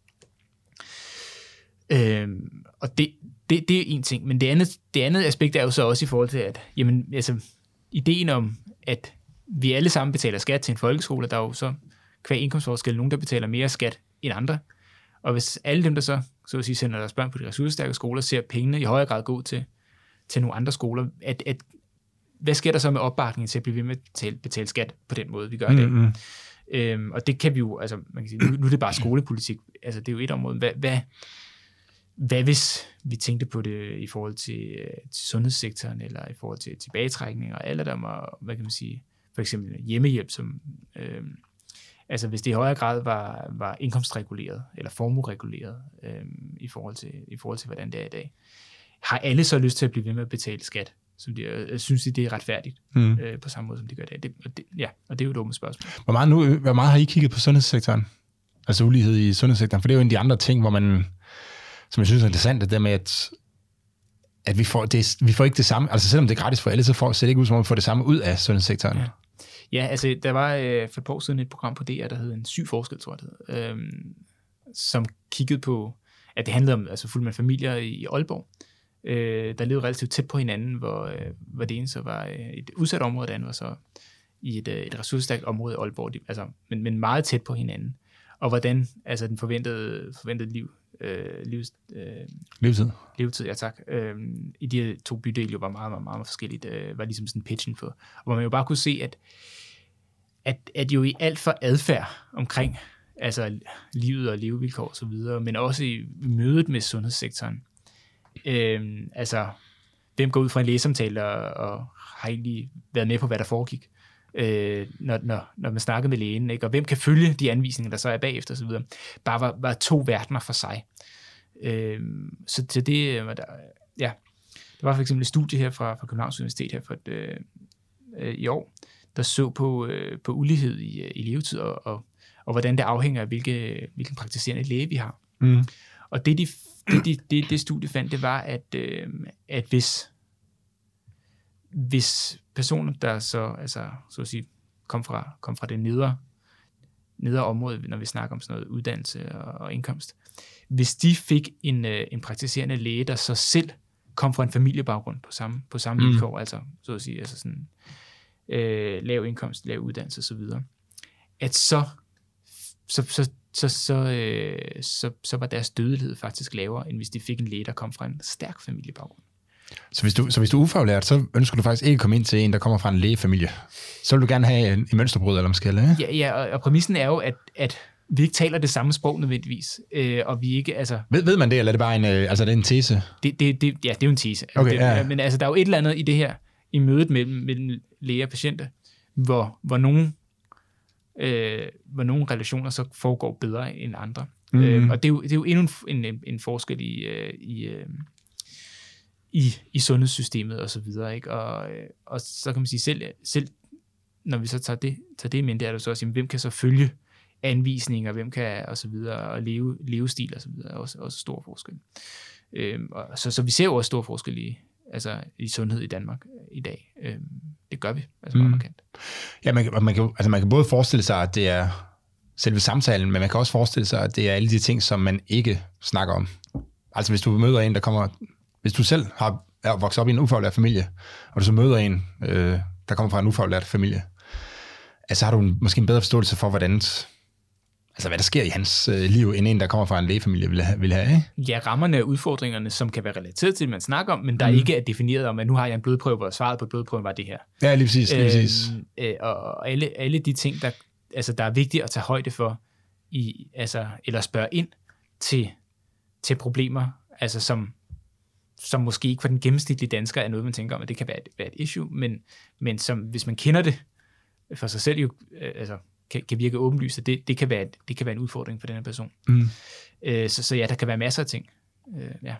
Øhm, og det, det, det er en ting, men det andet, det andet aspekt er jo så også i forhold til, at jamen, altså, ideen om, at vi alle sammen betaler skat til en folkeskole, der er jo så hver indkomstforskel nogen, der betaler mere skat end andre. Og hvis alle dem, der så, så at sige, sender deres børn på de ressourcestærke skoler, ser pengene i højere grad gå til, til nogle andre skoler, at, at hvad sker der så med opbakningen til at blive ved med at betale, betale skat på den måde, vi gør det? Mm-hmm. Øhm, og det kan vi jo, altså man kan sige, nu, nu er det bare skolepolitik, altså det er jo et område, hvad, hvad, hvad hvis vi tænkte på det i forhold til, til sundhedssektoren, eller i forhold til tilbagetrækning, og alle dem, og hvad kan man sige, for eksempel hjemmehjælp, som, øhm, altså hvis det i højere grad var, var indkomstreguleret, eller formuereguleret, øhm, i, forhold til, i forhold til, hvordan det er i dag, har alle så lyst til at blive ved med at betale skat? Som de, øh, synes de, det er retfærdigt, mm. øh, på samme måde, som de gør det. Det, og det. Ja, og det er jo et dumt spørgsmål. Hvor meget, nu, hvor meget har I kigget på sundhedssektoren? Altså ulighed i sundhedssektoren? For det er jo en af de andre ting, hvor man, som jeg synes er interessant, det der med, at, at vi, får det, vi får ikke det samme, altså selvom det er gratis for alle, så får, ser det ikke ud, som om vi får det samme ud af sundhedssektoren. Ja, ja altså der var øh, for et par år siden et program på D R, der hed En syg forskel, tror jeg det hed, øh, som kiggede på, at det handlede om altså fuldt med familier i, i Aalborg, Øh, der levede relativt tæt på hinanden, hvor, øh, hvor det ene så var øh, et udsat område, det andet var så i et, øh, et ressourcestærkt område i Aalborg, altså, men, men meget tæt på hinanden. Og hvordan altså den forventede, forventede liv, øh, livs, øh, levetid. levetid, ja tak, øh, i de to bydele jo var meget, meget, meget forskelligt, øh, var ligesom sådan pitchen for. Og hvor man jo bare kunne se, at, at, at jo i alt for adfærd omkring altså livet og levevilkår og så videre, men også i mødet med sundhedssektoren. Øh, altså, hvem går ud fra en lægesamtale og, og har egentlig været med på, hvad der foregik, øh, når, når, når man snakkede med lægen, ikke? Og hvem kan følge de anvisninger, der så er bagefter og så videre. Bare var, var to verdener for sig. Øh, så til det var der, ja, der var for eksempel et studie her fra, fra Københavns Universitet her for et, øh, øh, i år, der så på, øh, på ulighed i, i levetid, og, og, og hvordan det afhænger af, hvilke, hvilken praktiserende læge vi har. Mm. Og det, de, det, de, det, det studie fandt, det var, at, øh, at hvis, hvis personer, der så, altså, så at sige, kom fra, kom fra det nedre, nedre område, når vi snakker om sådan noget uddannelse og, og indkomst, hvis de fik en, øh, en praktiserende læge, der så selv kom fra en familiebaggrund på samme, på samme mm. vilkår, altså så at sige, altså sådan øh, lav indkomst, lav uddannelse og så videre, at så så, så, så, så, øh, så, så var deres dødelighed faktisk lavere, end hvis de fik en læge, der kom fra en stærk familiebaggrund. Så hvis du, så hvis du er ufaglært, så ønsker du faktisk ikke at komme ind til en, der kommer fra en lægefamilie. Så vil du gerne have en, en mønsterbrud, eller måske, eller? Ja, ja og, og præmissen er jo, at, at vi ikke taler det samme sprog nødvendigvis, øh, og vi ikke, altså... Ved, ved man det, eller er det bare en, øh, altså, er det en tese? Det, det, det, ja, det er jo en tese. Okay, det, ja. Men altså, der er jo et eller andet i det her, i mødet mellem, mellem læger og patienter, hvor, hvor, nogle, øh, hvor nogle relationer så foregår bedre end andre. Mm. Øh, og det er, jo, det er jo endnu en, en, en forskel i... Øh, i øh, I, i sundhedssystemet og så videre, ikke? Og, og så kan man sige, selv, selv når vi så tager det, tager det med, det er der så også, jamen, hvem kan så følge anvisninger, hvem kan, og så videre, og leve, levestil og så videre, er også, også stor forskel. Øhm, og så, så vi ser jo også stor forskel i, altså, i sundhed i Danmark i dag. Øhm, det gør vi, altså meget mm. markant. Ja, man, man, kan, altså man kan både forestille sig, at det er selve samtalen, men man kan også forestille sig, at det er alle de ting, som man ikke snakker om. Altså hvis du møder en, der kommer... Hvis du selv har, er vokset op i en ufaglært familie, og du så møder en, øh, der kommer fra en ufaglært familie, altså har du en, måske en bedre forståelse for, hvordan, altså hvad der sker i hans øh, liv, end en, der kommer fra en lægefamilie vil have, vil have, ikke? Ja, rammerne af udfordringerne, som kan være relateret til det, man snakker om, men der mm. ikke er defineret om, at nu har jeg en blodprøve, hvor svaret på blodprøven var det her. Ja, lige præcis. Lige præcis. Øh, og alle, alle de ting, der, altså, der er vigtigt at tage højde for, i, altså, eller spørge ind til, til problemer, altså som som måske ikke for den gennemsnitlige dansker er noget, man tænker om, at det kan være et, være et issue, men, men som, hvis man kender det for sig selv, jo, øh, altså, kan, kan virke åbenlyst, at det, det, kan være, det kan være en udfordring for den her person. Mm. Øh, så, så ja, der kan være masser af ting. Øh, ja.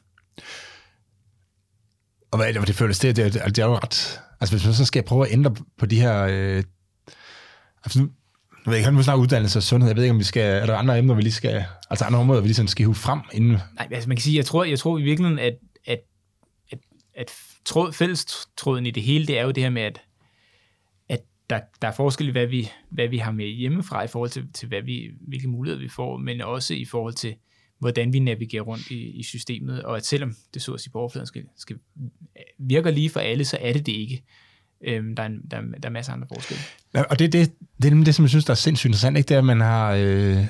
Og hvad er det, det føles det? Det er, det er jo ret... Altså, hvis man så skal prøve at ændre på de her... Øh, altså, nu, jeg ved ikke, han vil snakke uddannelse og sundhed. Jeg ved ikke, om vi skal... Er der andre emner, vi lige skal... Altså andre områder, vi lige sådan skal hive frem inden... Nej, altså man kan sige, jeg tror, jeg tror i virkeligheden, at at, at, at tråd, fællestråden i det hele, det er jo det her med, at, at der, der er forskel i, hvad vi, hvad vi har med hjemmefra, i forhold til, til hvad vi, hvilke muligheder vi får, men også i forhold til, hvordan vi navigerer rundt i, i systemet, og at selvom det så at sige på overfladen skal, skal virker lige for alle, så er det det ikke. Øhm, der, er en, der, der er masser af andre forskelle. Ja, og det, det, det er det, som jeg synes, der er sindssygt interessant, ikke? Det er, at man har... Øh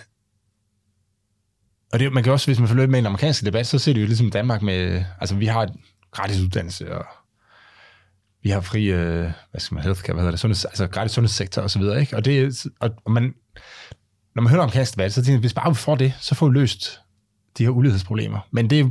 Og det, man kan også, hvis man følger med i en amerikansk debat, så ser det jo ligesom Danmark med, altså vi har et gratis uddannelse, og vi har fri, øh, hvad skal man, healthcare, hvad hedder det, sundheds, altså gratis sundhedssektor og så videre, ikke? Og det, og man, når man hører amerikansk debat, så tænker jeg, hvis bare vi får det, så får vi løst de her ulighedsproblemer. Men det,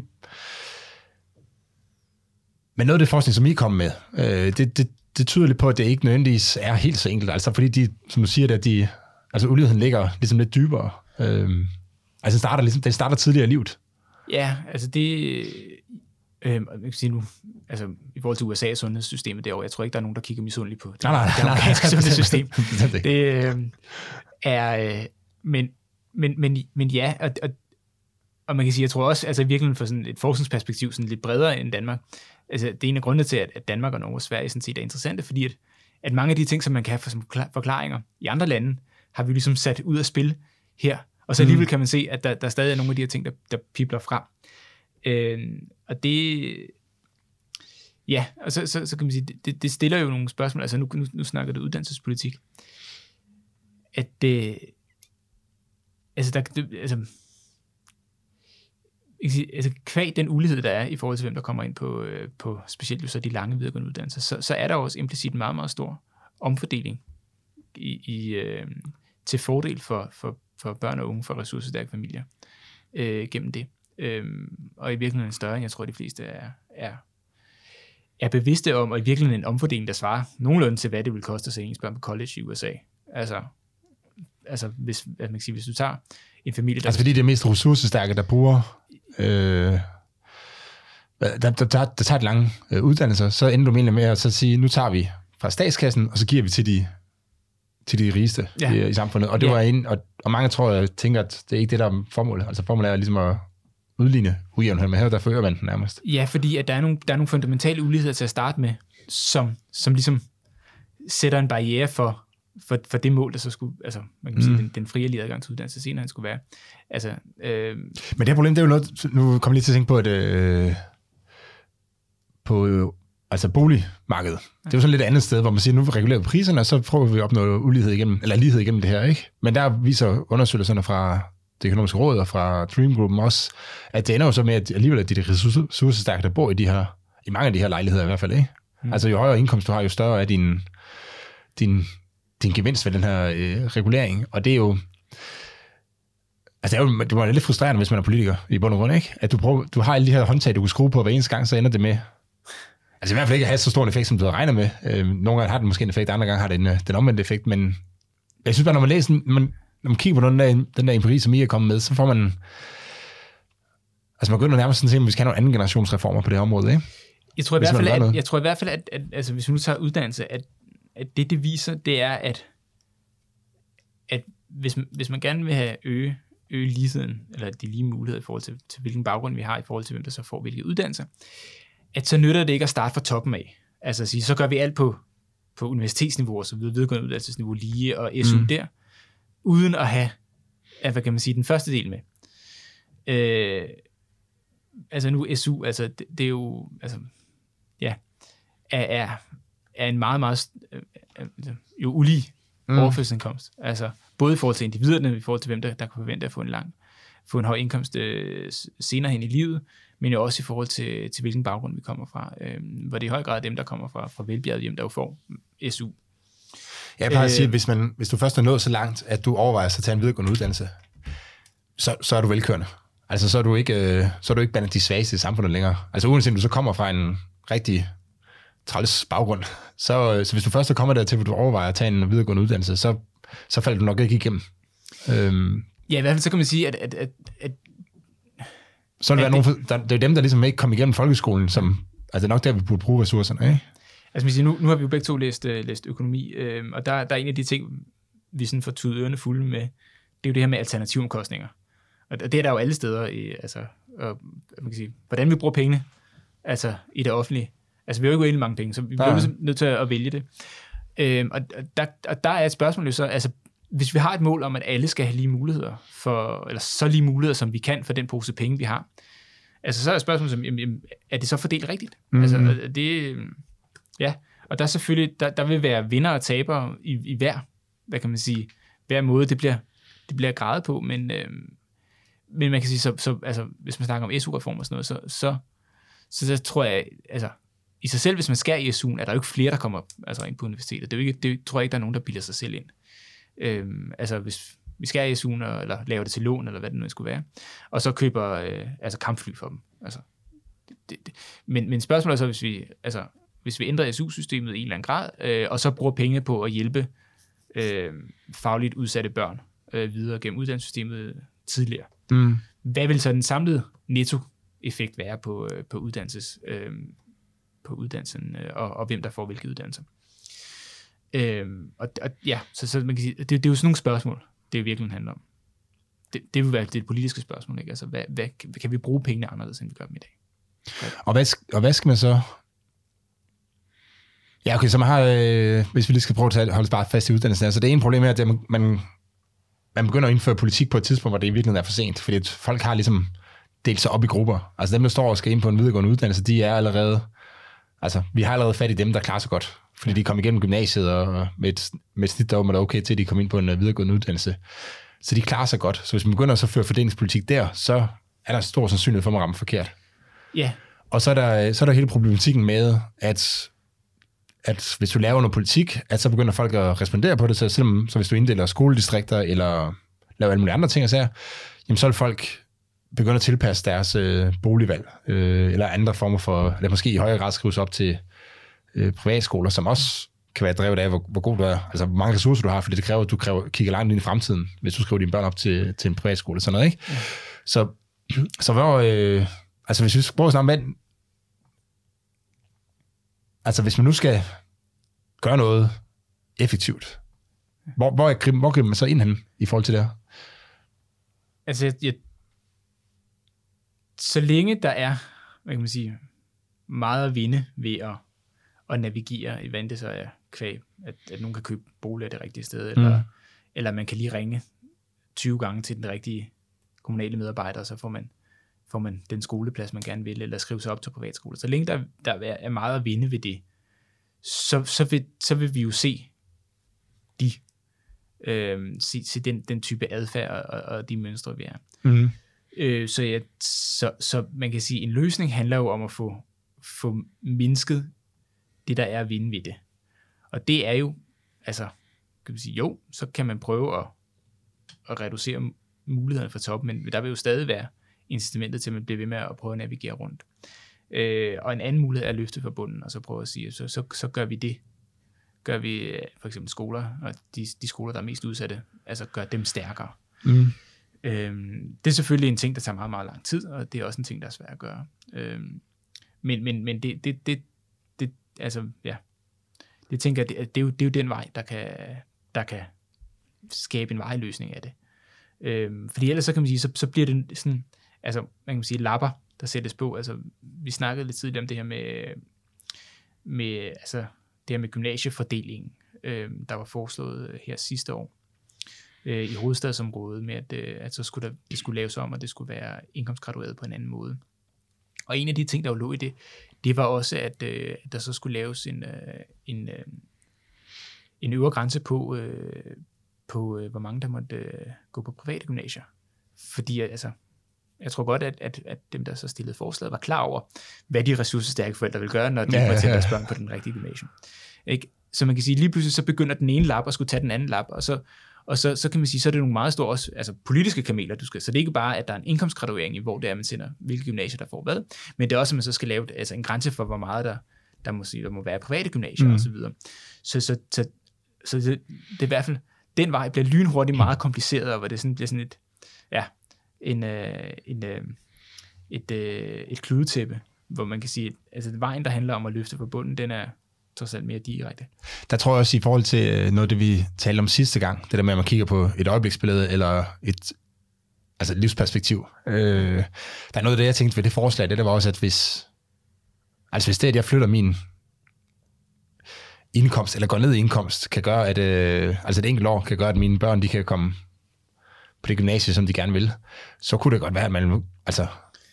men noget af det forskning, som I kom med, øh, det, det, det tyder lidt på, at det ikke nødvendigvis er helt så enkelt, altså fordi de, som du siger, at de, altså uligheden ligger ligesom lidt dybere, øh, Altså, det starter, ligesom, det starter tidligere i livet. Ja, altså det... Øh, jeg kan sige nu, altså i forhold til U S A's sundhedssystemet derovre, jeg tror ikke, der er nogen, der kigger misundeligt på det. Nej, nej, det amerikanske sundhedssystem. det det øh, er... Øh, men, men, men, men ja, og, og, og man kan sige, jeg tror også, altså i virkeligheden for sådan et forskningsperspektiv, sådan lidt bredere end Danmark, altså det er en af grundene til, at, at Danmark og Norge og Sverige sådan set er interessante, fordi at, at mange af de ting, som man kan have for som forklaringer i andre lande, har vi ligesom sat ud af spil her. Og så alligevel kan man se, at der, der stadig er nogle af de her ting, der, der pibler frem. Øh, og det... Ja, og så, så, så kan man sige, det, det stiller jo nogle spørgsmål. Altså nu, nu, nu snakker du uddannelsespolitik. At det... Altså, der, det, altså, altså kvæg den ulighed, der er i forhold til, hvem der kommer ind på, på specielt jo så de lange videregående uddannelser, så, så er der også implicit en meget, meget stor omfordeling i, i, øh, til fordel for, for for børn og unge fra ressourcestærke familier øh, gennem det. Øhm, og i virkeligheden større, end jeg tror, de fleste er, er, er bevidste om, og i virkeligheden en omfordeling, der svarer nogenlunde til, hvad det vil koste at se ens børn på college i U S A. Altså, altså hvis, man kan sige, hvis du tager en familie, der... Altså fordi det er mest ressourcestærke, der bruger... Øh, der, der, der, der tager de lange øh, uddannelser, så ender du egentlig med at så sige, nu tager vi fra statskassen, og så giver vi til de, til de rigeste ja. i, i samfundet. Og det ja. var en, og, og mange tror, jeg tænker, at det er ikke det, der er formålet. Altså formålet er ligesom at udligne ujævnhed, men her der fører man den nærmest. Ja, fordi at der er nogle, der er nogle fundamentale uligheder til at starte med, som, som ligesom sætter en barriere for, for, for det mål, der så skulle, altså man kan mm. sige, den, den frie lige adgang til uddannelse senere, han skulle være. Altså, øh... Men det her problem, det er jo noget, nu kommer jeg lige til at tænke på, at øh, på øh, altså boligmarkedet. Det er jo sådan lidt andet sted, hvor man siger, nu regulerer vi priserne, og så prøver vi at opnå ulighed igennem, eller lighed igennem det her, ikke? Men der viser undersøgelserne fra det økonomiske råd og fra Dream Group også, at det ender jo så med, at alligevel er de ressourcestærke, der bor i de her, i mange af de her lejligheder i hvert fald, ikke? Mm. Altså jo højere indkomst du har, jo større er din, din, din gevinst ved den her øh, regulering, og det er jo, altså det er jo, det var lidt frustrerende, hvis man er politiker i bund og grund, ikke? At du, prøver, du har alle de her håndtag, du kan skrue på hver eneste gang, så ender det med, altså i hvert fald ikke at have så stor en effekt, som du havde regnet med. Øh, nogle gange har den måske en effekt, andre gange har den, den omvendte effekt, men jeg synes bare, når man læser, man, når man kigger på den der, den der empiri, som I er kommet med, så får man, altså man begynder nærmest sådan at se, om vi skal have nogle anden generationsreformer på det her område, ikke? Jeg tror i hvert fald, at, jeg tror i hvert fald, at, at altså, hvis vi nu tager uddannelse, at, at det, det viser, det er, at, at hvis, hvis man gerne vil have øge, øge ligheden, eller de lige muligheder i forhold til, til, hvilken baggrund vi har, i forhold til, hvem der så får hvilke uddannelser, at så nytter det ikke at starte fra toppen af. Altså at sige, så gør vi alt på, på universitetsniveau og så videre, videregående uddannelsesniveau lige, og S U mm. der, uden at have, at, hvad kan man sige, den første del med. Øh, altså nu S U, altså det, det er jo, altså, ja, er, er, er en meget, meget øh, jo ulige mm. overførselsindkomst. Altså både i forhold til individerne, i forhold til hvem der, der kan forvente at få en lang, få en høj indkomst øh, senere hen i livet, men jo også i forhold til, til hvilken baggrund vi kommer fra, øh, hvor det i høj grad er dem, der kommer fra, fra velbjerget hjem, der jo får S U. Jeg plejer at sige, at hvis, man, hvis du først er nået så langt, at du overvejer at tage en videregående uddannelse, så, så er du velkørende. Altså så er du ikke, så er du ikke blandt de svageste i samfundet længere. Altså uanset om du så kommer fra en rigtig træls baggrund, så, så hvis du først er kommet dertil, hvor du overvejer at tage en videregående uddannelse, så, så falder du nok ikke igennem. Øhm, ja, i hvert fald så kan man sige, at, at, at, at så er det, det, nogen, der, det er dem, der ligesom ikke kom igennem folkeskolen, som, altså nok der, vi burde bruge ressourcerne, ikke? Altså man siger, nu, nu har vi jo begge to læst, uh, læst økonomi, øh, og der, der er en af de ting, vi sådan får tudet ørerne fulde med, det er jo det her med alternativomkostninger. Og det er der jo alle steder, i, altså, og, man kan sige, hvordan vi bruger pengene, altså i det offentlige. Altså vi har jo ikke uendelig mange penge, så vi bliver ja. nødt til at vælge det. Øh, og, der, og der er et spørgsmål jo så, altså hvis vi har et mål om, at alle skal have lige muligheder, for, eller så lige muligheder, som vi kan for den pose penge, vi har, altså så er et spørgsmål som, jamen, er det så fordelt rigtigt? Mm-hmm. Altså det, ja, og der er selvfølgelig, der, der vil være vinder og tabere i, i hver, hvad kan man sige, hver måde, det bliver, det bliver gradet på, men, øh, men man kan sige, så, så altså, hvis man snakker om S U-reform og sådan noget, så, så, så, så tror jeg, altså i sig selv, hvis man skærer i S U'en, er der jo ikke flere, der kommer altså, ind på universitetet. Det, er jo ikke, det tror jeg ikke, der er nogen, der bilder sig selv ind. Øhm, altså hvis vi skærer i S U'en, eller laver det til lån, eller hvad det nu skulle være, og så køber øh, altså kampfly for dem. Altså, det, det, det. Men, men spørgsmålet er så, hvis vi, altså, hvis vi ændrer S U-systemet i en eller anden grad, øh, og så bruger penge på at hjælpe øh, fagligt udsatte børn øh, videre gennem uddannelsessystemet tidligere. Mm. Hvad vil så den samlede nettoeffekt være på, øh, på, uddannelses, øh, på uddannelsen, øh, og, og hvem der får hvilke uddannelser? Øhm, og, og ja, så, så man kan sige, det, det er jo sådan nogle spørgsmål, det virkelig handler om. Det, det vil være det politiske spørgsmål, ikke? Altså, hvad, hvad, kan vi bruge pengene anderledes, end vi gør dem i dag? Ja. Og, hvad, og hvad skal man så... Ja, okay, så man har, øh, hvis vi lige skal prøve at holde bare fast i uddannelsen, altså det ene problem er, at man, man, man begynder at indføre politik på et tidspunkt, hvor det i virkeligheden er for sent, fordi folk har ligesom delt sig op i grupper. Altså dem, der står og skal ind på en videregående uddannelse, de er allerede... Altså, vi har allerede fat i dem, der klarer sig godt, fordi de kom igennem gymnasiet og med et, med et snit, der var okay til, at de kom ind på en videregående uddannelse. Så de klarer sig godt. Så hvis man begynder så at føre fordelingspolitik der, så er der stor sandsynlighed for, at man rammer forkert. Ja. Yeah. Og så er, der, så er der hele problematikken med, at, at hvis du laver noget politik, at så begynder folk at respondere på det, så, selvom, så hvis du inddeler skoledistrikter eller lave alle mulige andre ting og sager, jamen så vil folk begynde at tilpasse deres øh, boligvalg, øh, eller andre former for, eller måske i højere grad skrives op til øh, privatskoler, som også kan være drevet af, hvor, hvor god du er, altså hvor mange ressourcer du har, fordi det kræver, at du kræver, kigger langt ind i fremtiden, hvis du skriver dine børn op til, til en privatskole, sådan noget, ikke? Ja. Så, så hvor, øh, altså hvis vi skal prøve at snakke om, altså hvis man nu skal gøre noget effektivt, hvor, hvor, er, hvor griber man så ind hen i forhold til det her? Altså, jeg, jeg, så længe der er, hvad kan man sige, meget at vinde ved at, at navigere i, hvad det så er kvæg, at, at nogen kan købe bolig af det rigtige sted, eller, mm. eller man kan lige ringe tyve gange til den rigtige kommunale medarbejder, og så får man, får man den skoleplads, man gerne vil, eller skrive sig op til privatskole. Så længe der, der er meget at vinde ved det, så, så, vil, så vil vi jo se de øh, se, se den, den type adfærd og, og de mønstre, vi er. Mm. Øh, så, ja, så, så man kan sige, en løsning handler jo om at få, få mindsket det, der er at vinde ved det. Og det er jo, altså, kan man sige, jo, så kan man prøve at, at reducere mulighederne for toppen, men der vil jo stadig være incitamentet til, at man bliver ved med at prøve at navigere rundt. Øh, og en anden mulighed er at løfte fra bunden, og så prøve at sige, så, så, så gør vi det. Gør vi for eksempel skoler, og de, de skoler, der er mest udsatte, altså gør dem stærkere. Mm. Øhm, det er selvfølgelig en ting, der tager meget, meget lang tid, og det er også en ting, der er svært at gøre. Øhm, men men, men det, det, det, det, altså, ja, det tænker jeg, det, det, er jo, det er jo den vej, der kan, der kan skabe en vejløsning af det. Øhm, fordi ellers så kan man sige, så, så bliver det sådan, altså man kan sige lapper, der sættes på. Altså vi snakkede lidt tidligere om det her med, med altså det her med gymnasiefordelingen, øhm, der var foreslået her sidste år øh, i hovedstadsområdet med, at, øh, at så skulle der, det skulle laves om, og det skulle være indkomstgradueret på en anden måde. Og en af de ting, der jo lå i det, det var også, at, øh, at der så skulle laves en, øh, en, øh, en øvre grænse på, øh, på øh, hvor mange der måtte øh, gå på private gymnasier. Fordi altså, jeg tror godt, at, at, at dem, der så stillede forslaget, var klar over, hvad de ressourcestærke forældre vil gøre, når de ja, må sætte deres børn på den rigtige gymnasium. Ikke? Så man kan sige, lige pludselig så begynder den ene lap at skulle tage den anden lap, og så Og så, så kan man sige, så er det nogle meget store også, altså politiske kameler, du skal. Så det er ikke bare, at der er en indkomstgraduering i, hvor det er, man sender, hvilke gymnasier, der får hvad, men det er også, at man så skal lave altså en grænse for, hvor meget der, der, må, sige, der må være private gymnasier mm. og så videre. Så, så, så, så det, det er i hvert fald, den vej bliver lynhurtigt meget kompliceret, og hvor det sådan, bliver sådan et, ja, en, øh, en, øh, et, øh, et kludetæppe, hvor man kan sige, at altså, vejen, der handler om at løfte fra bunden, den er trods alt mere direkte. Der tror jeg også i forhold til noget af det, vi talte om sidste gang, det der med, at man kigger på et øjebliksbillede eller et, altså et livsperspektiv. Øh, der er noget af det, jeg tænkte ved det forslag, det der var også, at hvis, altså hvis det, at jeg flytter min indkomst, eller går ned i indkomst, kan gøre, at øh, altså et enkelt år kan gøre, at mine børn, de kan komme på det gymnasie, som de gerne vil, så kunne det godt være, at man, altså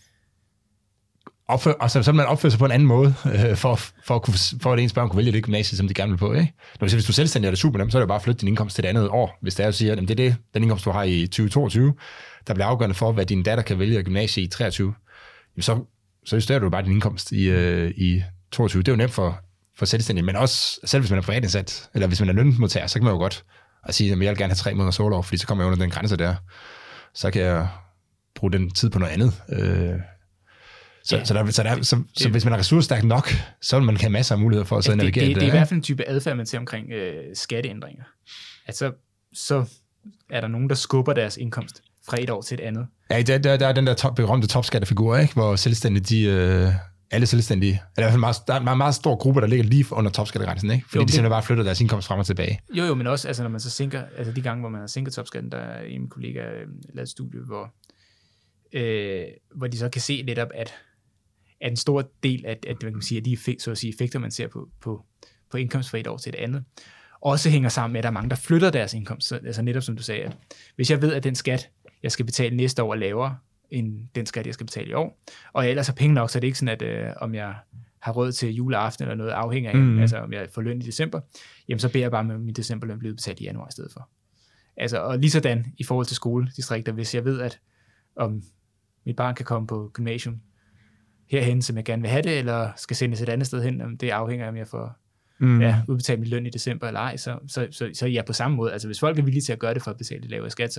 Opfør, altså, så man opfører sig på en anden måde, øh, for, for, at kunne, for at ens børn kunne vælge det gymnasie, som de gerne vil på. Ikke? Når, hvis du er selvstændig og det er super nemt, så er det jo bare at flytte din indkomst til det andet år. Hvis det er at sige, at det er det, den indkomst, du har i tyve toogtyve, der bliver afgørende for, hvad din datter kan vælge gymnasie i treogtyve, så, så justerer du bare din indkomst i, øh, i toogtyve. Det er jo nemt for, for selvstændige, men også selv hvis man er privatansat, eller hvis man er lønmodtager, så kan man jo godt at sige, at jeg vil gerne have tre måneder solår, fordi så kommer jeg under den grænse der. Så kan jeg bruge den tid på noget andet. Øh, Så, ja, så, der, så, der, så, det, så hvis man er ressourcestærk nok, så vil man have masser af muligheder for at så navigere det. Det, det, det er i hvert fald en type adfærd, man ser omkring øh, skatteændringer. Altså, så er der nogen, der skubber deres indkomst fra et år til et andet. Ja, der, der, der er den der top, berømte topskattefigur, ikke? Hvor selvstændige, de, øh, alle selvstændige, eller i hvert fald meget, der er en meget stor gruppe, der ligger lige under topskattegrænsen, ikke? Fordi jo, de simpelthen bare flytter deres indkomst frem og tilbage. Jo, jo, men også, altså, når man så sænker, altså de gange, hvor man har sænket topskatten, der er en kollega øh, lavet et studie, hvor, øh, hvor de så kan se lidt op, at at en stor del af, at, man kan sige, at de effekt, så at sige, effekter, man ser på, på, på indkomst fra et år til et andet, også hænger sammen med, at der er mange, der flytter deres indkomst. Så, altså netop som du sagde, at hvis jeg ved, at den skat, jeg skal betale næste år, er lavere end den skat, jeg skal betale i år, og jeg ellers har penge nok, så er det ikke sådan, at øh, om jeg har råd til juleaften eller noget, afhænger af, mm. altså om jeg får løn i december, jamen så beder jeg bare med min decemberløn blive betalt i januar i stedet for. Altså, og lige sådan i forhold til skoledistrikter, hvis jeg ved, at om mit barn kan komme på gymnasium herhen, som jeg gerne vil have det, eller skal sendes et andet sted hen, om det afhænger af, om jeg får mm. ja, udbetalt min løn i december eller ej, så, så, så, så er jeg på samme måde. Altså hvis folk er villige til at gøre det for at betale lavere skat, så,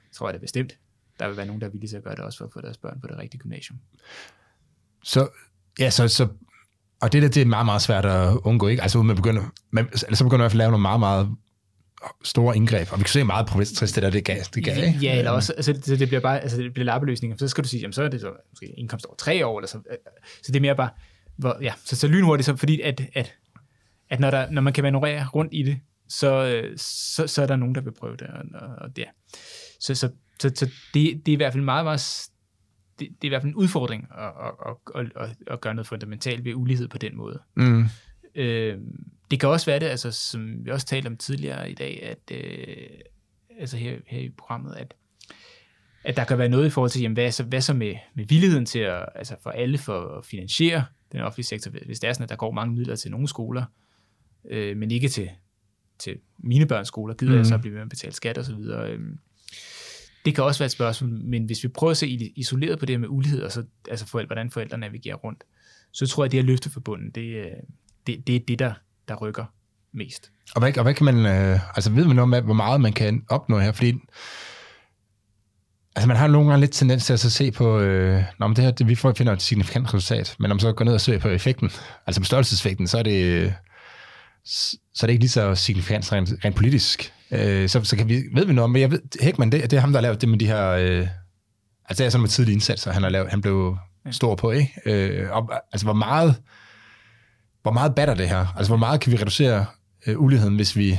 tror jeg det bestemt, der vil være nogen, der er villige til at gøre det også for at få deres børn på det rigtige gymnasium. Så, ja, så, så og det der, det er meget, meget svært at undgå, ikke? Altså, man begynder, man, altså, så begynder man i hvert fald at lave nogle meget, meget store indgreb, og vi kan se meget provinstrist, det der, det gav, det gav, ikke? Ja, eller også, altså, det, det bliver bare, altså, det bliver lappeløsninger, så skal du sige, jamen, så er det så måske indkomst over tre år, eller så, så det er mere bare, hvor, ja, så, så lynhurtigt, så, fordi at, at, at når, der, når man kan manøvrere rundt i det, så, så, så er der nogen, der vil prøve det, og, og det er. Så, så, så, så det, det er i hvert fald meget, meget, det, det er i hvert fald en udfordring at, at, at, at, at gøre noget fundamentalt ved ulighed på den måde. Mm. Øh, det kan også være det, altså, som vi også talte om tidligere i dag, at øh, altså her, her i programmet, at, at der kan være noget i forhold til, jamen, hvad, så, hvad så med, med villigheden til at, altså for alle for at finansiere den offentlige sektor, hvis det er sådan, at der går mange midler til nogle skoler, øh, men ikke til, til mine børns skoler, gider mm. jeg så at blive med at betale skat og så videre. Øh, det kan også være et spørgsmål, men hvis vi prøver at se isoleret på det her med ulighed, og så, altså forældre, hvordan forældre navigerer rundt, så tror jeg, at det her løfteforbundet, det, det, det er det, der, der rykker mest. Og hvad, og hvad kan man, øh, altså ved man noget om, hvor meget man kan opnå her? Fordi altså man har nogle gange lidt tendens til at så se på, øh, når det her, det, vi får finder et signifikant resultat, men om så går ned og ser på effekten, altså på størrelseseffekten, så er det, så er det ikke lige så signifikant rent, rent politisk. Øh, så, så kan vi, ved vi noget om, men jeg ved, Heckman, det, det er ham, der har lavet det med de her, øh, altså det er sådan med tidlige indsatser, han har lavet, han blev stor på, ikke? Øh, og, altså hvor meget, hvor meget batter det her? Altså hvor meget kan vi reducere øh, uligheden, hvis vi,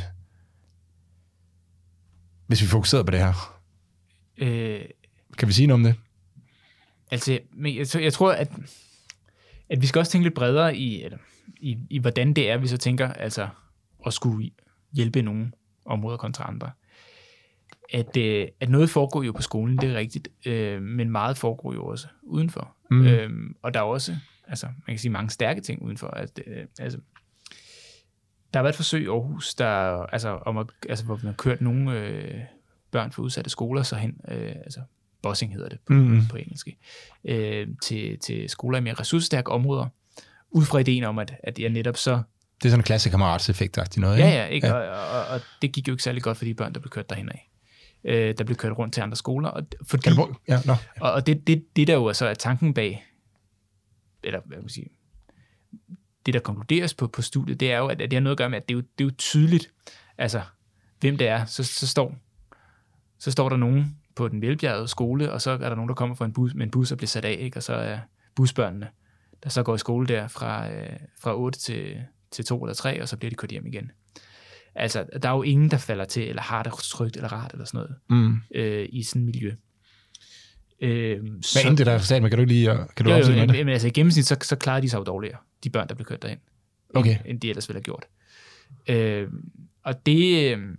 hvis vi fokuserer på det her? Øh, kan vi sige noget om det? Altså, jeg, jeg tror, at, at vi skal også tænke lidt bredere i, eller, i, i, hvordan det er, vi så tænker, altså at skulle hjælpe nogle områder kontra andre. At, øh, at noget foregår jo på skolen, det er rigtigt, øh, men meget foregår jo også udenfor. Mm. Øhm, og der er også, altså man kan sige mange stærke ting udenfor. At, øh, altså, der har været et forsøg i Aarhus, der, altså, om at, altså, hvor man har kørt nogle øh, børn fra udsatte skoler, så hen, øh, altså bossing hedder det på, mm. på engelsk, øh, til, til skoler i mere ressourcestærke områder, ud fra ideen om, at, at jeg netop så... Det er sådan en klassisk kammeratseffekt-agtig noget, ikke? Ja, ja, ikke? Ja. Og, og, og det gik jo ikke særlig godt for de børn, der blev kørt derhen af. Øh, der blev kørt rundt til andre skoler. Og, fordi, ja, no. og, og det, det, det der jo så er tanken bag, eller hvad man sige, det der konkluderes på, på studiet, det er jo, at det har noget at gøre med, at det er jo, det er jo tydeligt, altså, hvem det er. Så, så, står, så står der nogen på den velbjergede skole, og så er der nogen, der kommer fra en bus, med en bus og bliver sat af, ikke? Og så er busbørnene, der så går i skole der fra, øh, fra otte til, til to eller tre, og så bliver de kørt hjem igen. Altså, der er jo ingen, der falder til, eller har det trygt, eller rart, eller sådan noget, mm. øh, i sådan et miljø. Øh, Hvad så, endte det der for men kan du ikke lige, kan du jo, jo, men, men altså i gennemsnit, så, så klarer de sig jo dårligere, de børn, der bliver kørt derhen, okay. end, end de ellers ville have gjort. Øh, og det... Øh,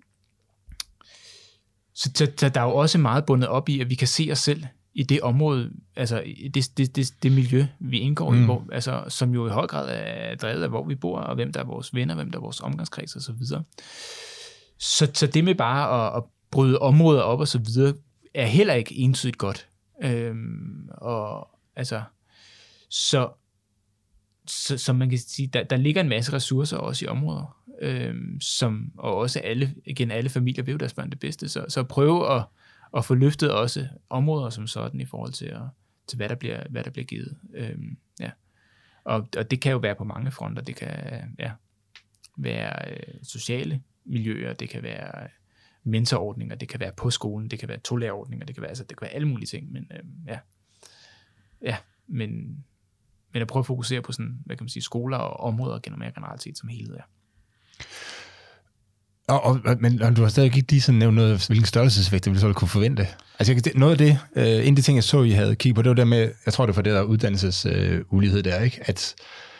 så, så, så der er jo også meget bundet op i, at vi kan se os selv i det område, altså det, det, det, det miljø, vi indgår mm. i, hvor, altså, som jo i høj grad er drevet af, hvor vi bor, og hvem der er vores venner, hvem der er vores omgangskreds og så videre. Så, så det med bare at, at bryde områder op og så videre, er heller ikke entydigt godt. Øhm, og altså, så, så, så man kan sige, der, der ligger en masse ressourcer også i områder, øhm, som, og også alle, igen, alle familier vil jo deres børn det bedste, så, så prøve at og få løftet også områder som sådan i forhold til, at, til hvad, der bliver, hvad der bliver givet. Øhm, ja. og, og det kan jo være på mange fronter. Det kan ja, være øh, sociale miljøer, det kan være mentorordninger, det kan være på skolen, det kan være tolærerordninger, det kan være, altså, det kan være alle mulige ting. Men øh, ja, ja men, men at prøve at fokusere på sådan, hvad kan man sige, skoler og områder generelt set som helhed er. Og, og, men og du har stadig ikke lige sådan nævnt noget, hvilken størrelseseffekt vi så kunne forvente. Altså jeg, noget af det, øh, en af de ting, jeg så, I havde kigget på, det var der med, jeg tror det var det der uddannelsesulighed øh, der, ikke? At,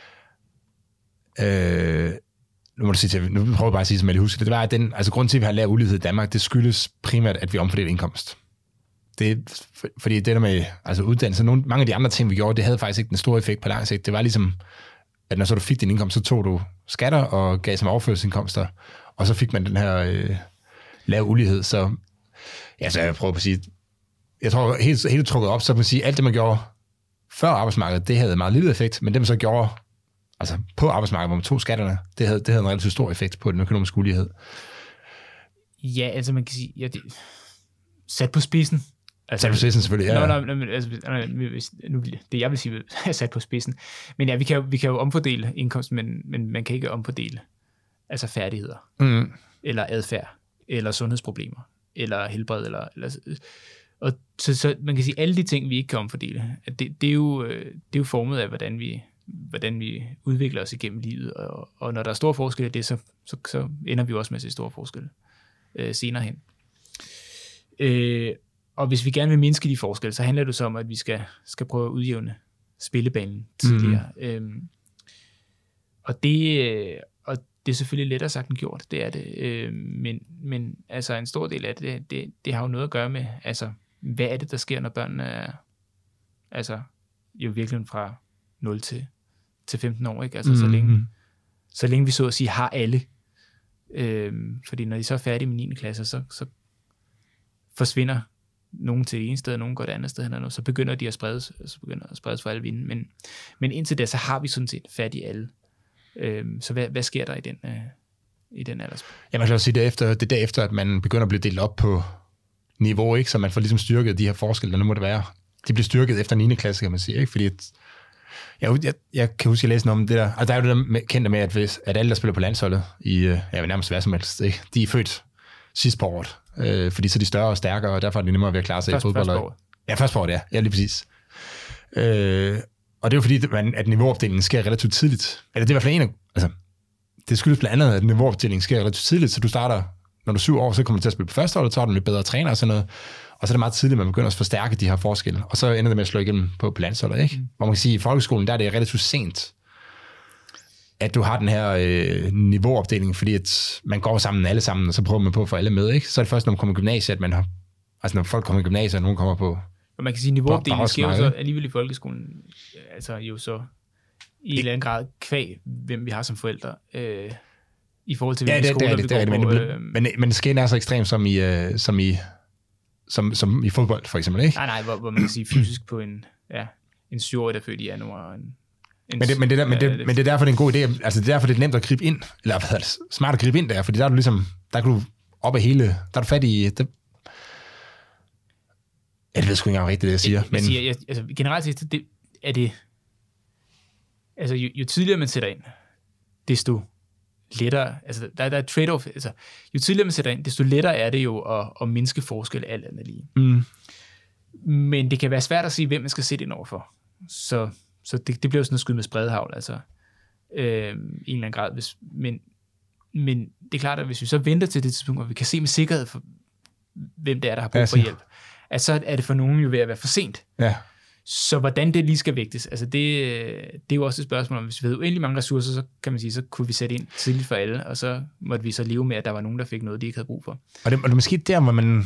øh, nu må du sige til, nu prøver jeg bare at sige, som jeg husker det, det var, at den, altså grunden til, at vi har lavet ulighed i Danmark, det skyldes primært, at vi omfordeler indkomst. Det, for, fordi det der med altså uddannelse, nogle, mange af de andre ting, vi gjorde, det havde faktisk ikke den store effekt på lang sigt. Det var ligesom, at når så du fik din indkomst, så tog du skatter og gav som overførselsindkomster, og så fik man den her øh, lave ulighed. Så, ja, så jeg prøver på at sige, jeg tror helt, helt trukket op, så kan man sige, alt det, man gjorde før arbejdsmarkedet, det havde meget lille effekt, men det, man så gjorde altså på arbejdsmarkedet, hvor man tog skatterne, det havde, det havde en relativt stor effekt på den økonomiske ulighed. Ja, altså man kan sige, ja, det, sat på spidsen. Altså, sat på spidsen selvfølgelig, ja. Nå, nå, nå, altså, nu, det jeg vil sige er sat på spidsen. Men ja, vi kan jo, vi kan jo omfordele indkomst, men, men man kan ikke omfordele altså færdigheder, mm. eller adfærd, eller sundhedsproblemer, eller helbred, eller, eller og så, så man kan sige, alle de ting, vi ikke kan omfordele, at det, det, er jo, det er jo formet af, hvordan vi, hvordan vi udvikler os igennem livet, og, og når der er store forskelle i det, så, så, så ender vi også med at se store forskelle øh, senere hen. Øh, og hvis vi gerne vil mindske de forskelle, så handler det så om, at vi skal, skal prøve at udjævne spillebanen tidligere. Mm. Øhm, og, det, og det er selvfølgelig lettere sagt end gjort, det er det. Øh, men, men altså en stor del af det, det, det har jo noget at gøre med, altså, hvad er det, der sker, når børnene er, altså, jo virkelig fra nul til, til femten år, ikke? Altså, mm. så, længe, så længe vi så at sige har alle. Øh, fordi når de så er færdige med niende klasse, så, så forsvinder nogen til det ene sted, og nogen går det andet sted hen, og så begynder de at spredes, så begynder at spredes for alle vinde. Men, men indtil da, så har vi sådan set fat i alle. Øhm, så hvad, hvad sker der i den, øh, i den alders? Ja, man kan også sige, det er, efter, det er derefter, at man begynder at blive delt op på niveau, ikke? Så man får ligesom styrket de her forskelle, der nu må det være. De bliver styrket efter niende klasse, kan man sige, ikke? Fordi at, jeg, jeg, jeg kan huske, at jeg læste noget om det der, altså der er jo det der kendte med, at, hvis, at alle, der spiller på landsholdet, i, jeg vil nærmest være som helst, ikke? De er født sidst på året. Øh, fordi så er de større og stærkere, og derfor er det nemmere ved at klare sig først, i fodbold. Først på året. Ja, først på året, ja. Ja, lige præcis. Øh, og det er jo fordi, man, at niveauopdelingen sker relativt tidligt. Eller det er i hvert fald en af, altså, det skyldes blandt andet, at niveauopdelingen sker relativt tidligt, så du starter, når du er syv år, så kommer du til at spille på første år, så har du en lidt bedre træner og sådan noget. Og så er det meget tidligt, at man begynder at forstærke de her forskelle. Og så ender det med at slå igennem på, på landsholdet, ikke? Mm. Hvor man kan sige, at i folkeskolen, der er det relativt sent, at du har den her øh, niveauopdeling, fordi at man går sammen alle sammen, og så prøver man på at få alle med, ikke? Så er det først, når man kommer i gymnasiet, at man har, altså når folk kommer i gymnasiet, og nogen kommer på... Og man kan sige, at niveauopdelingen sker jo så alligevel i folkeskolen, altså jo så i en eller anden grad kvæg, hvem vi har som forældre, øh, i forhold til, hvilke ja, det, skoler det, vi det, går det, på. Men, Øh, men, men skæen er så ekstremt som i, øh, som i, som, som i fodbold, for eksempel, ikke? Nej, nej, hvor, hvor man kan sige fysisk på en, ja, en syvårig, der er født i januar, en Men det, men, det der, men, det, men det er derfor, det er en god idé. Altså, det er derfor, det er nemt at gribe ind. Eller hvad er det? Smart at gribe ind der, fordi der er du ligesom, der kan du op af hele, der er du fat i... Der, ja, det ved sgu ikke engang rigtigt, det jeg siger. Jeg, men... jeg siger jeg, altså, generelt set, det, er det... Altså, jo, jo tidligere man sætter ind, desto lettere... Altså, der, der er et trade-off. Altså, jo tidligere man sætter ind, desto lettere er det jo at, at mindske forskel alt andet lige. Mm. Men det kan være svært at sige, hvem man skal sætte ind overfor. Så... Så det, det bliver jo sådan noget skyde med spredhavl, altså øh, i en eller anden grad. Hvis, men, men det er klart, at hvis vi så venter til det tidspunkt, hvor vi kan se med sikkerhed, for, hvem det er, der har brug for hjælp, at så er det for nogen jo ved at være for sent. Ja. Så hvordan det lige skal vægtes, altså det, det er jo også et spørgsmål om, hvis vi havde uendelig mange ressourcer, så kan man sige, så kunne vi sætte ind tidligt for alle, og så måtte vi så leve med, at der var nogen, der fik noget, de ikke havde brug for. Og det, og det er måske der, hvor man...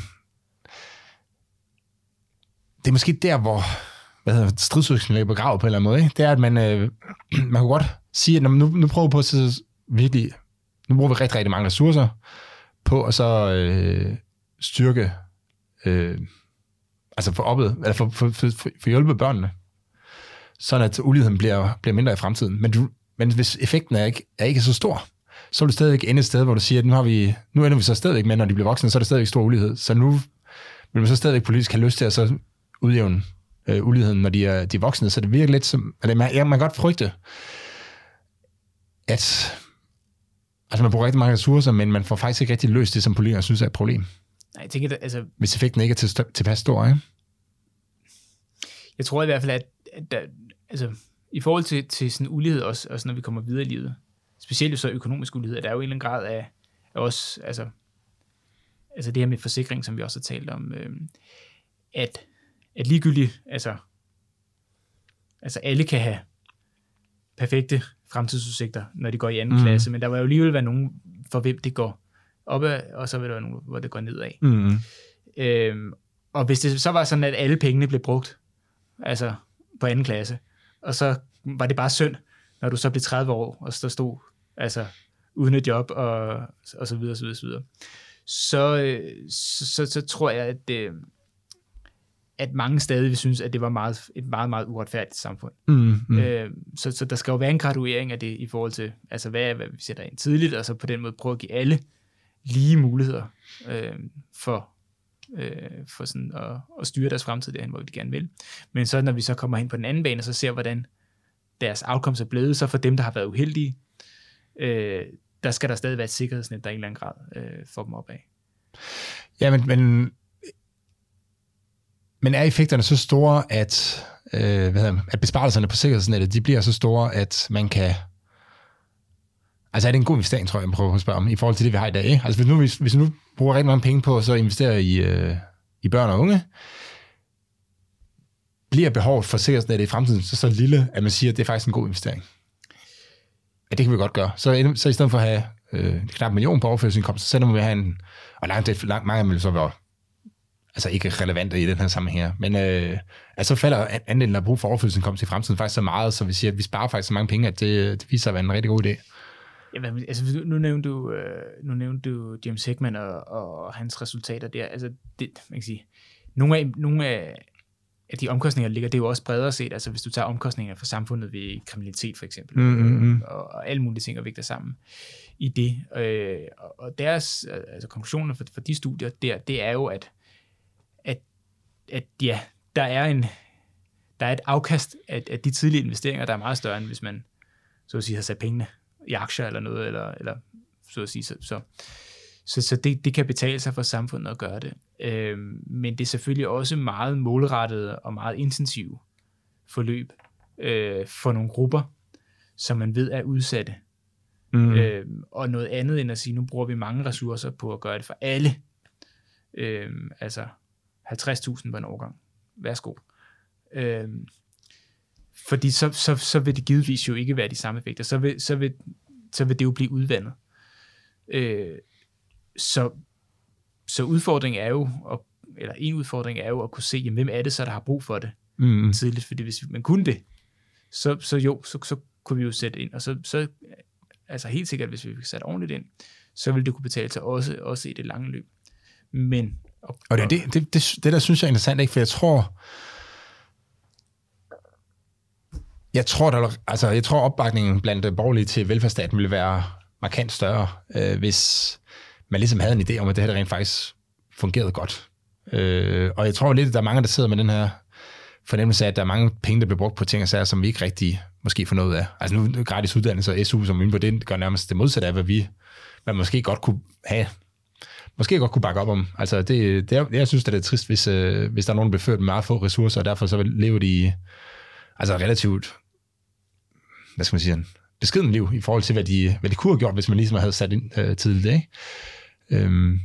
Det er måske der, hvor... hvad hedder stridsøgelsen ligger på gravet på en eller anden måde, ikke? Det er, at man, øh, man kan godt sige, at nu, nu prøver vi på at sidde virkelig, nu bruger vi rigtig, rigtig mange ressourcer på at så øh, styrke, øh, altså for oppet, eller for, for, for, for hjælpe børnene, sådan at uligheden bliver, bliver mindre i fremtiden. Men, du, men hvis effekten er ikke, er ikke så stor, så vil du stadigvæk ende et sted, hvor du siger, at nu, har vi, nu ender vi så stadigvæk med, når de bliver voksne, så er der stadigvæk stor ulighed. Så nu vil man så stadigvæk politisk have lyst til at så udjævne øh, uligheden, når de er, de er voksne. Så det virker lidt som, altså man, ja, man kan godt frygte, at altså man bruger rigtig mange ressourcer, men man får faktisk ikke rigtig løst det, som politikere synes er et problem. Nej, jeg tænker, altså... Hvis effekten ikke er til, tilpas stor, ikke? Jeg tror i hvert fald, at, at der, altså, i forhold til, til sådan ulighed, også, også når vi kommer videre i livet, specielt jo så økonomisk ulighed, at der er jo en eller anden grad af, af også, altså, altså det her med forsikring, som vi også har talt om, øh, at, at ligegyldigt, altså, altså alle kan have perfekte fremtidsudsigter, når de går i anden mm. klasse, men der vil jo alligevel være nogen, for hvem det går opad, og så vil der være nogen, hvor det går nedad. Mm. Øhm, og hvis det så var sådan, at alle pengene blev brugt, altså på anden klasse, og så var det bare synd, når du så blev tredive år, og så stod altså uden et job, og, og så videre, så videre, så videre. Så, så, så, så tror jeg, at, det, at mange stadig vil synes, at det var meget, et meget, meget uretfærdigt samfund. Mm, mm. Øh, så, så der skal jo være en graduering af det i forhold til, altså hvad, hvad vi sætter ind tidligt, og så på den måde prøve at give alle lige muligheder øh, for øh, for sådan at, at styre deres fremtid derhen, hvor de gerne vil. Men så når vi så kommer hen på den anden bane, og så ser, hvordan deres outcomes er blevet, så for dem, der har været uheldige, øh, der skal der stadig være et sikkerhedsnet, der i en eller anden grad øh, får dem op af. Ja, men, men, men er effekterne så store, at, øh, hvad hedder, at besparelserne på sikkerhedsnettet, de bliver så store, at man kan... Altså er det en god investering, tror jeg, jeg prøver at spørge om, i forhold til det, vi har i dag, ikke? Altså hvis nu, hvis, hvis nu bruger rigtig mange penge på at så investere i, øh, i børn og unge, bliver behovet for sikkerhedsnettet i fremtiden så så lille, at man siger, at det er faktisk en god investering? Ja, det kan vi godt gøre. Så, så i stedet for at have øh, knap en million på overførselsindkomst, så må vi have en, og langt, langt mange af dem vil så være altså ikke relevante i den her sammenhæng her, men øh, altså falder andelen af brug for overførselsindkomst i fremtiden faktisk så meget, så vi siger, at vi sparer faktisk så mange penge, at det, det viser sig at være en rigtig god idé. Ja, altså nu nævnte du, øh, nu nævnte du James Heckman og, og hans resultater der. Altså det, man kan sige, nogle af, nogle af, af de omkostninger, der ligger, det er jo også bredere set. Altså hvis du tager omkostninger for samfundet ved kriminalitet for eksempel, mm-hmm. og, og alle mulige ting og vægter sammen i det. Øh, og deres, altså konklusionen for, for de studier der, det er jo, at, at, at ja, der er en, der er et afkast af, af de tidlige investeringer, der er meget større, end hvis man så at sige har sat pengene i aktier eller noget, eller, eller så at sige. Så, så, så, så det, det kan betale sig for samfundet at gøre det. Øhm, men det er selvfølgelig også meget målrettede og meget intensive forløb øh, for nogle grupper, som man ved er udsatte. Mm. Øhm, og noget andet end at sige, nu bruger vi mange ressourcer på at gøre det for alle. Øhm, altså halvtreds tusind på en årgang. Værsgo. Øhm, Fordi så, så, så vil det givetvis jo ikke være de samme effekter. Så vil, så vil, så vil det jo blive udvandet. Øh, så, så udfordringen er jo, og, eller en udfordring er jo at kunne se, jamen, hvem er det så, der har brug for det mm. tidligt. Fordi hvis man kunne det, så, så jo, så, så kunne vi jo sætte ind. Og så, så altså helt sikkert, hvis vi fik sat ordentligt ind, så ville det kunne betale sig også, også i det lange løb. Men... Og, og det, det, det, det, det der synes jeg er interessant, ikke? For jeg tror... Jeg tror, der, altså, jeg tror opbakningen blandt borgerlige til velfærdsstaten ville være markant større, øh, hvis man ligesom havde en idé om, at det her rent faktisk fungerede godt. Øh, og jeg tror lidt, at der er mange, der sidder med den her fornemmelse af, at der er mange penge, der bliver brugt på ting og sager, som vi ikke rigtig måske får noget af. Altså nu gratis uddannelse og S U, som er inde på det, gør nærmest det modsatte af, hvad vi hvad måske godt kunne have. Måske godt kunne bakke op om. Altså det, det er, jeg synes, det er trist, hvis, øh, hvis der er nogen, der bliver ført med meget få ressourcer, og derfor så lever de i altså relativt, hvad skal man sige, en beskeden liv i forhold til, hvad de, hvad de kunne have gjort, hvis man ligesom havde sat ind øh, tidligt. Ikke? Øhm.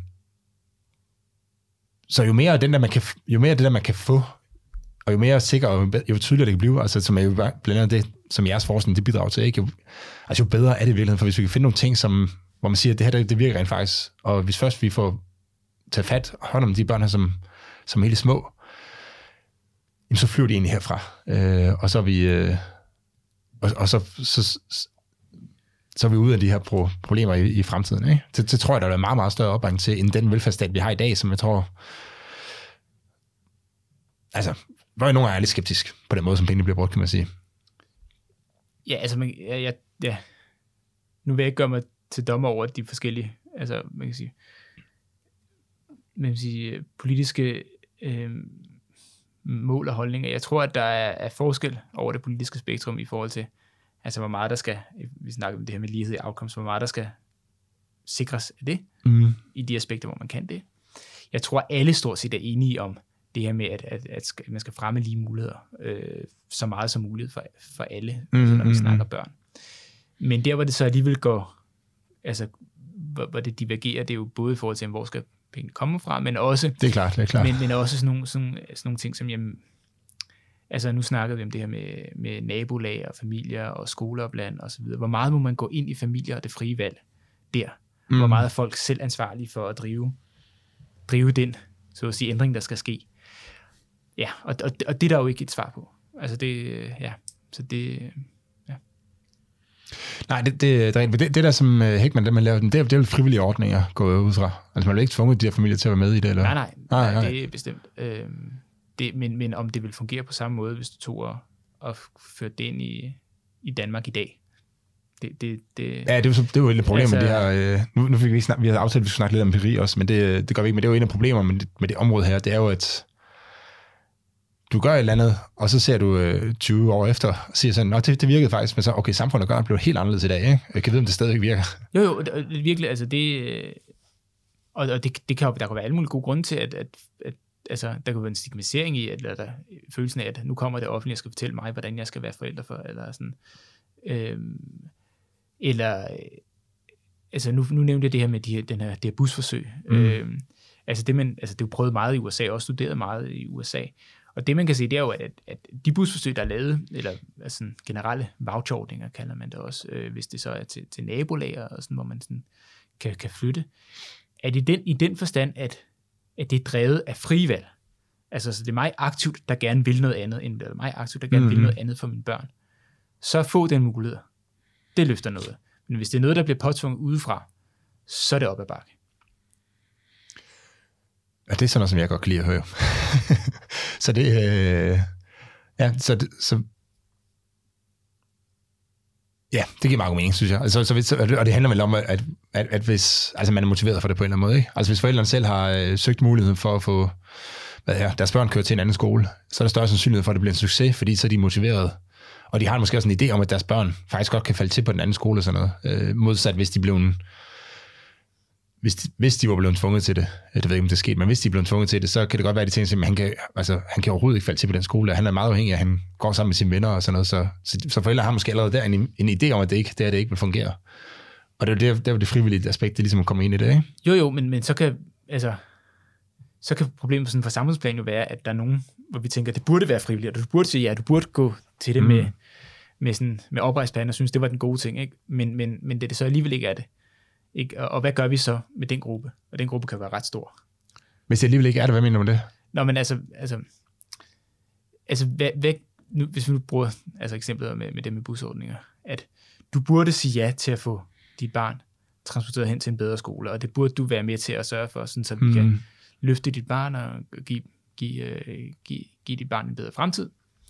Så jo mere, den der, man kan, jo mere det der, man kan få, og jo mere sikker, og jo tydeligere det kan blive, altså som er jo blandt andet det, som jeres forskning, det bidrager til, ikke? Jo, altså jo bedre er det i virkeligheden, for hvis vi kan finde nogle ting, som, hvor man siger, at det her, det, det virker rent faktisk, og hvis først vi får taget fat og hånd om de børn her, som, som er helt små, jamen, så flyver de egentlig herfra. Øh, og så er vi, øh, og, og så, så, så er vi ude af de her pro, problemer i, i fremtiden. Ikke? Det, det tror jeg, der er meget, meget større opbakning til, end den velfærdsstat, vi har i dag, som jeg tror, altså, hvor er nogen er lidt skeptisk på den måde, som pengene bliver brugt, kan man sige. Ja, altså, man, ja, ja, ja. Nu vil jeg ikke gøre mig til dommer over de forskellige, altså, man kan sige, man kan sige politiske øh, mål og holdninger. Jeg tror, at der er, er forskel over det politiske spektrum i forhold til, altså hvor meget der skal, vi snakker om det her med lighed i outcomes, hvor meget der skal sikres af det, mm. i de aspekter, hvor man kan det. Jeg tror, alle stort set er enige om det her med, at, at, at man skal fremme lige muligheder, øh, så meget som muligt for, for alle, mm, når vi mm, snakker børn. Men der, hvor det så alligevel går, altså hvor, hvor det divergerer, det er jo både i forhold til, hvor skal penge komme fra, men også, det er klart, det er klart. Men, men også sådan nogle, sådan, sådan nogle ting, som jamen, altså nu snakkede vi om det her med, med nabolag og familier og skoleopland og så videre. Hvor meget må man gå ind i familier og det frie valg der? Mm. Hvor meget er folk selv ansvarlige for at drive, drive den, så at sige, ændring, der skal ske? Ja, og, og, og det er der jo ikke et svar på. Altså det, ja, så det, ja. Nej, det, det, det, det, det der som Heckman, det man laver, det, det er jo frivillige ordninger, går ud fra. Altså man vil ikke tvunget de her familier til at være med i det, eller? Nej, nej, nej, nej. Det er bestemt. Øhm, det, men, men om det vil fungere på samme måde, hvis du tog og, og førte det ind i, i Danmark i dag, det, det, det, ja, det er jo, så, det er jo et af problemerne altså, med de her... Øh, nu, nu fik vi ikke snak, vi havde aftalt, at vi skulle snakke lidt om empiri også, men det, det gør vi ikke. Men det er jo en af problemerne med det, med det område her, det er jo, at du gør et eller andet, og så ser du øh, tyve år efter, og siger sådan, nå, det, det virkede faktisk, men så, okay, samfundet gør, det blev helt anderledes i dag, ikke? Jeg kan vide, om det stadig virker. Jo, jo, det, virkelig, altså det... Og, og det, det kan jo, der kan være alle mulige gode grunde til, at, at, at altså, der kan være en stigmatisering i, at, eller der, følelsen af, at nu kommer det offentlige, jeg skal fortælle mig, hvordan jeg skal være forælder for, eller sådan... Øhm, eller... Altså, nu, nu nævnte jeg det her med de her, den her, det her busforsøg. Mm. Øhm, altså, det, man, altså, det er jo prøvet meget i U S A, også studeret meget i U S A. Og det, man kan se, det er jo, at, at de busforsøg, der er lavet, eller altså, generelle voucherordninger, kalder man det også, øh, hvis det så er til, til nabolager, og sådan, hvor man sådan kan, kan flytte, at i den, i den forstand, at, at det er drevet af frivalg. Altså, så det er mig aktivt, der gerne vil noget andet, end det er mig aktivt, der gerne mm-hmm. vil noget andet for mine børn. Så få den mulighed. Det løfter noget. Men hvis det er noget, der bliver påtvunget udefra, så er det op ad bakke. Ja, det er sådan noget, som jeg godt kan lide at høre. så det, øh, ja, så, det, så, ja, det giver meget god mening, synes jeg. Altså, så, så, og det handler vel om, at, at, at hvis, altså man er motiveret for det på en eller anden måde, ikke? Altså hvis forældrene selv har øh, søgt muligheden for at få, hvad er, deres børn kørt til en anden skole, så er der større sandsynlighed for, at det bliver en succes, fordi så er de motiveret. Og de har måske også en idé om, at deres børn faktisk godt kan falde til på den anden skole og sådan noget. Øh, modsat hvis de blev en, hvis de, hvis de var blevet tvunget til det, det ved jeg ikke, om det er sket, men hvis de blev tvunget til det, så kan det godt være, at de tænker, at han kan, altså, han kan overhovedet ikke falde til på den skole, og han er meget afhængig af, at han går sammen med sine venner og sådan noget, så, så, så forældre har måske allerede der en, en idé om, at det ikke, det er, det ikke vil fungere. Og det er jo det, det, det frivillige aspekt, det ligesom kommer ind i det, ikke? Jo, jo, men, men så kan, altså, så kan problemet sådan for samfundsplan jo være, at der er nogen, hvor vi tænker, at det burde være frivilligt, og du burde sige, ja, du burde gå til det mm. med, med, sådan, med oprejspanden og synes, det var den gode ting, ikke? Men, men, men det, det så alligevel ikke er det. Ikke? Og, og hvad gør vi så med den gruppe? Og den gruppe kan være ret stor. Hvis det alligevel ikke er det, hvad mener du med det? Nå, men altså, altså, altså hvad, hvad, nu, hvis vi nu bruger altså eksemplet med, med det med busordninger, at du burde sige ja til at få dit barn transporteret hen til en bedre skole, og det burde du være med til at sørge for, sådan, så vi mm. kan løfte dit barn og give, give, give, give dit barn en bedre fremtid.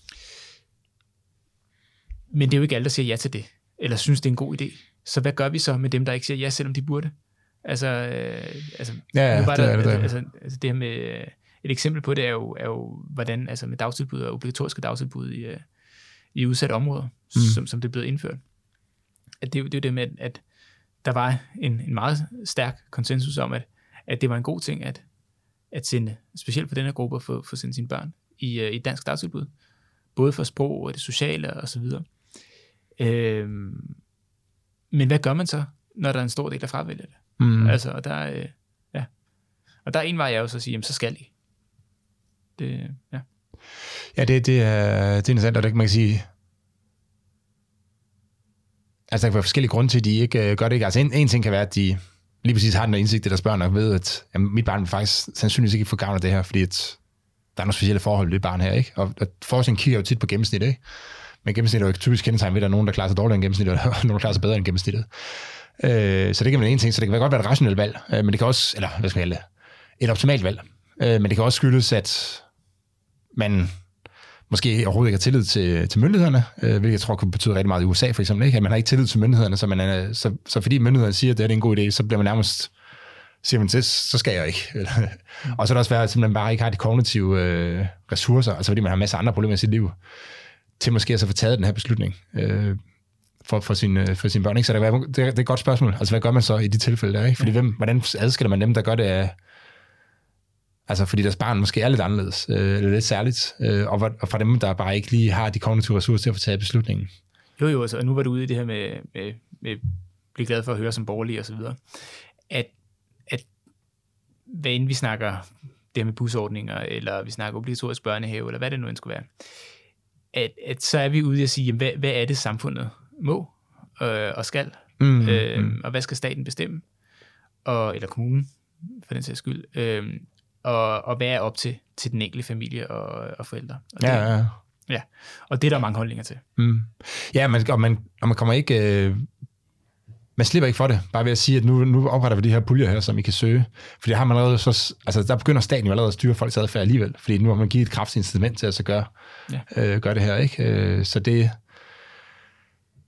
Men det er jo ikke alle, der siger ja til det, eller synes, det er en god idé. Så hvad gør vi så med dem, der ikke siger ja, selvom de burde? Altså, øh, altså, ja, ja, var det der, er det. Altså, altså, altså det her med, et eksempel på det er jo, er jo hvordan, altså med dagtilbud og obligatoriske dagtilbud i, uh, i udsatte områder, mm. som, som det er blevet indført. At det, det er jo det med, at der var en, en meget stærk konsensus om, at, at det var en god ting, at, at sende, specielt for den her gruppe, at få, få sendt sine børn i, uh, i et dansk dagtilbud. Både for sprog og det sociale og så videre. Øhm, Men hvad gør man så, når der er en stor del, der fravælger det? Mm. Altså, og der, øh, ja. og der er en vej, jeg også at sige, jamen, så skal I. Det, ja. Ja, det, det, er, det er interessant, og det kan man sige, altså der kan være forskellige grunde til, at de ikke øh, gør det ikke. Altså en, en ting kan være, at de lige præcis har den indsigt, at deres børn og ved, at jamen, mit barn vil faktisk sandsynligvis ikke få gavn af det her, fordi at der er nogle specielle forhold ved det barn her, ikke? Og, og forskningen kigger jo tit på gennemsnit, ikke? Men gennemsnittet er jo ikke typisk kendetegn ved, at der er nogen, der klarer sig dårligere end gennemsnittet, og nogen, der klarer sig bedre end gennemsnittet. Øh, så det kan være en ting, så det kan godt være et rationelt valg, øh, men det kan også, eller hvad skal jeg kalde det, et optimalt valg. Øh, men det kan også skyldes, at man måske overhovedet ikke har tillid til, til myndighederne, øh, hvilket jeg tror kan betyde rigtig meget i U S A for eksempel, ikke? At man har ikke tillid til myndighederne, så, man er, så, så fordi myndighederne siger, at det er en god idé, så bliver man nærmest, siger man til, så skal jeg ikke. Og så er det også været, at man bare ikke har de kognitive øh, ressourcer, altså fordi man har masser af andre problemer i sit liv, til måske at så få taget den her beslutning øh, for, for, sin, for sine børn. Ikke? Så det er, det, er, det er et godt spørgsmål. Altså, hvad gør man så i de tilfælde der? Ikke? Fordi hvem, hvordan adskiller man dem, der gør det af... Altså, fordi deres barn måske er lidt anderledes, øh, eller lidt særligt, øh, og, og fra dem, der bare ikke lige har de kognitive ressourcer til at få taget beslutningen. Jo, jo, altså, og nu var du ude i det her med, med, med blive glad for at høre som borgerlig og så videre, at, at hvad end vi snakker det her med busordninger, eller vi snakker obligatorisk børnehave, eller hvad det nu end skulle være, At, at så er vi ude i at sige, jamen, hvad, hvad er det samfundet må øh, og skal, mm, øh, mm. og hvad skal staten bestemme, og, eller kommunen for den sags skyld, øh, og, og hvad er op til, til den enkelte familie og, og forældre. Og det, ja, ja. ja, og det er der mange holdninger til. Mm. Ja, man, og, man, og man kommer ikke... Øh, man slipper ikke for det, bare ved at sige, at nu, nu opretter vi de her puljer her, som I kan søge. For det har man allerede så... Altså, der begynder staten jo allerede at styre folks adfærd alligevel, fordi nu har man givet et kraftigt incitament til at så gøre, ja. øh, gøre det her, ikke? Øh, så det...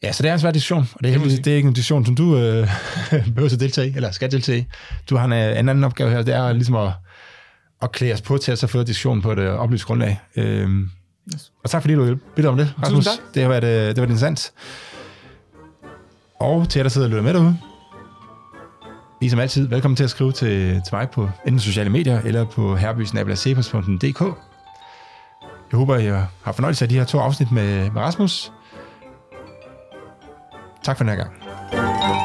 Ja, så det er en svær diskussion, og det er, heldigvis, det er ikke en diskussion, som du øh, behøver at deltage i, eller skal deltage i. Du har en, en anden opgave her, det er ligesom at, at klæde os på til at så føre diskussionen på et oplyst grundlag. Øhm, yes. Og tak fordi du vil om det, Rasmus. Tusind tak. Det har været, det har været interessant. Og til jer, der sidder og lytter med derude, I som altid velkommen til at skrive til, til mig på enten sociale medier eller på herby snabel-a cepos punktum d k. Jeg håber, I har fornøjelse af de her to afsnit med, med Rasmus. Tak for den her gang.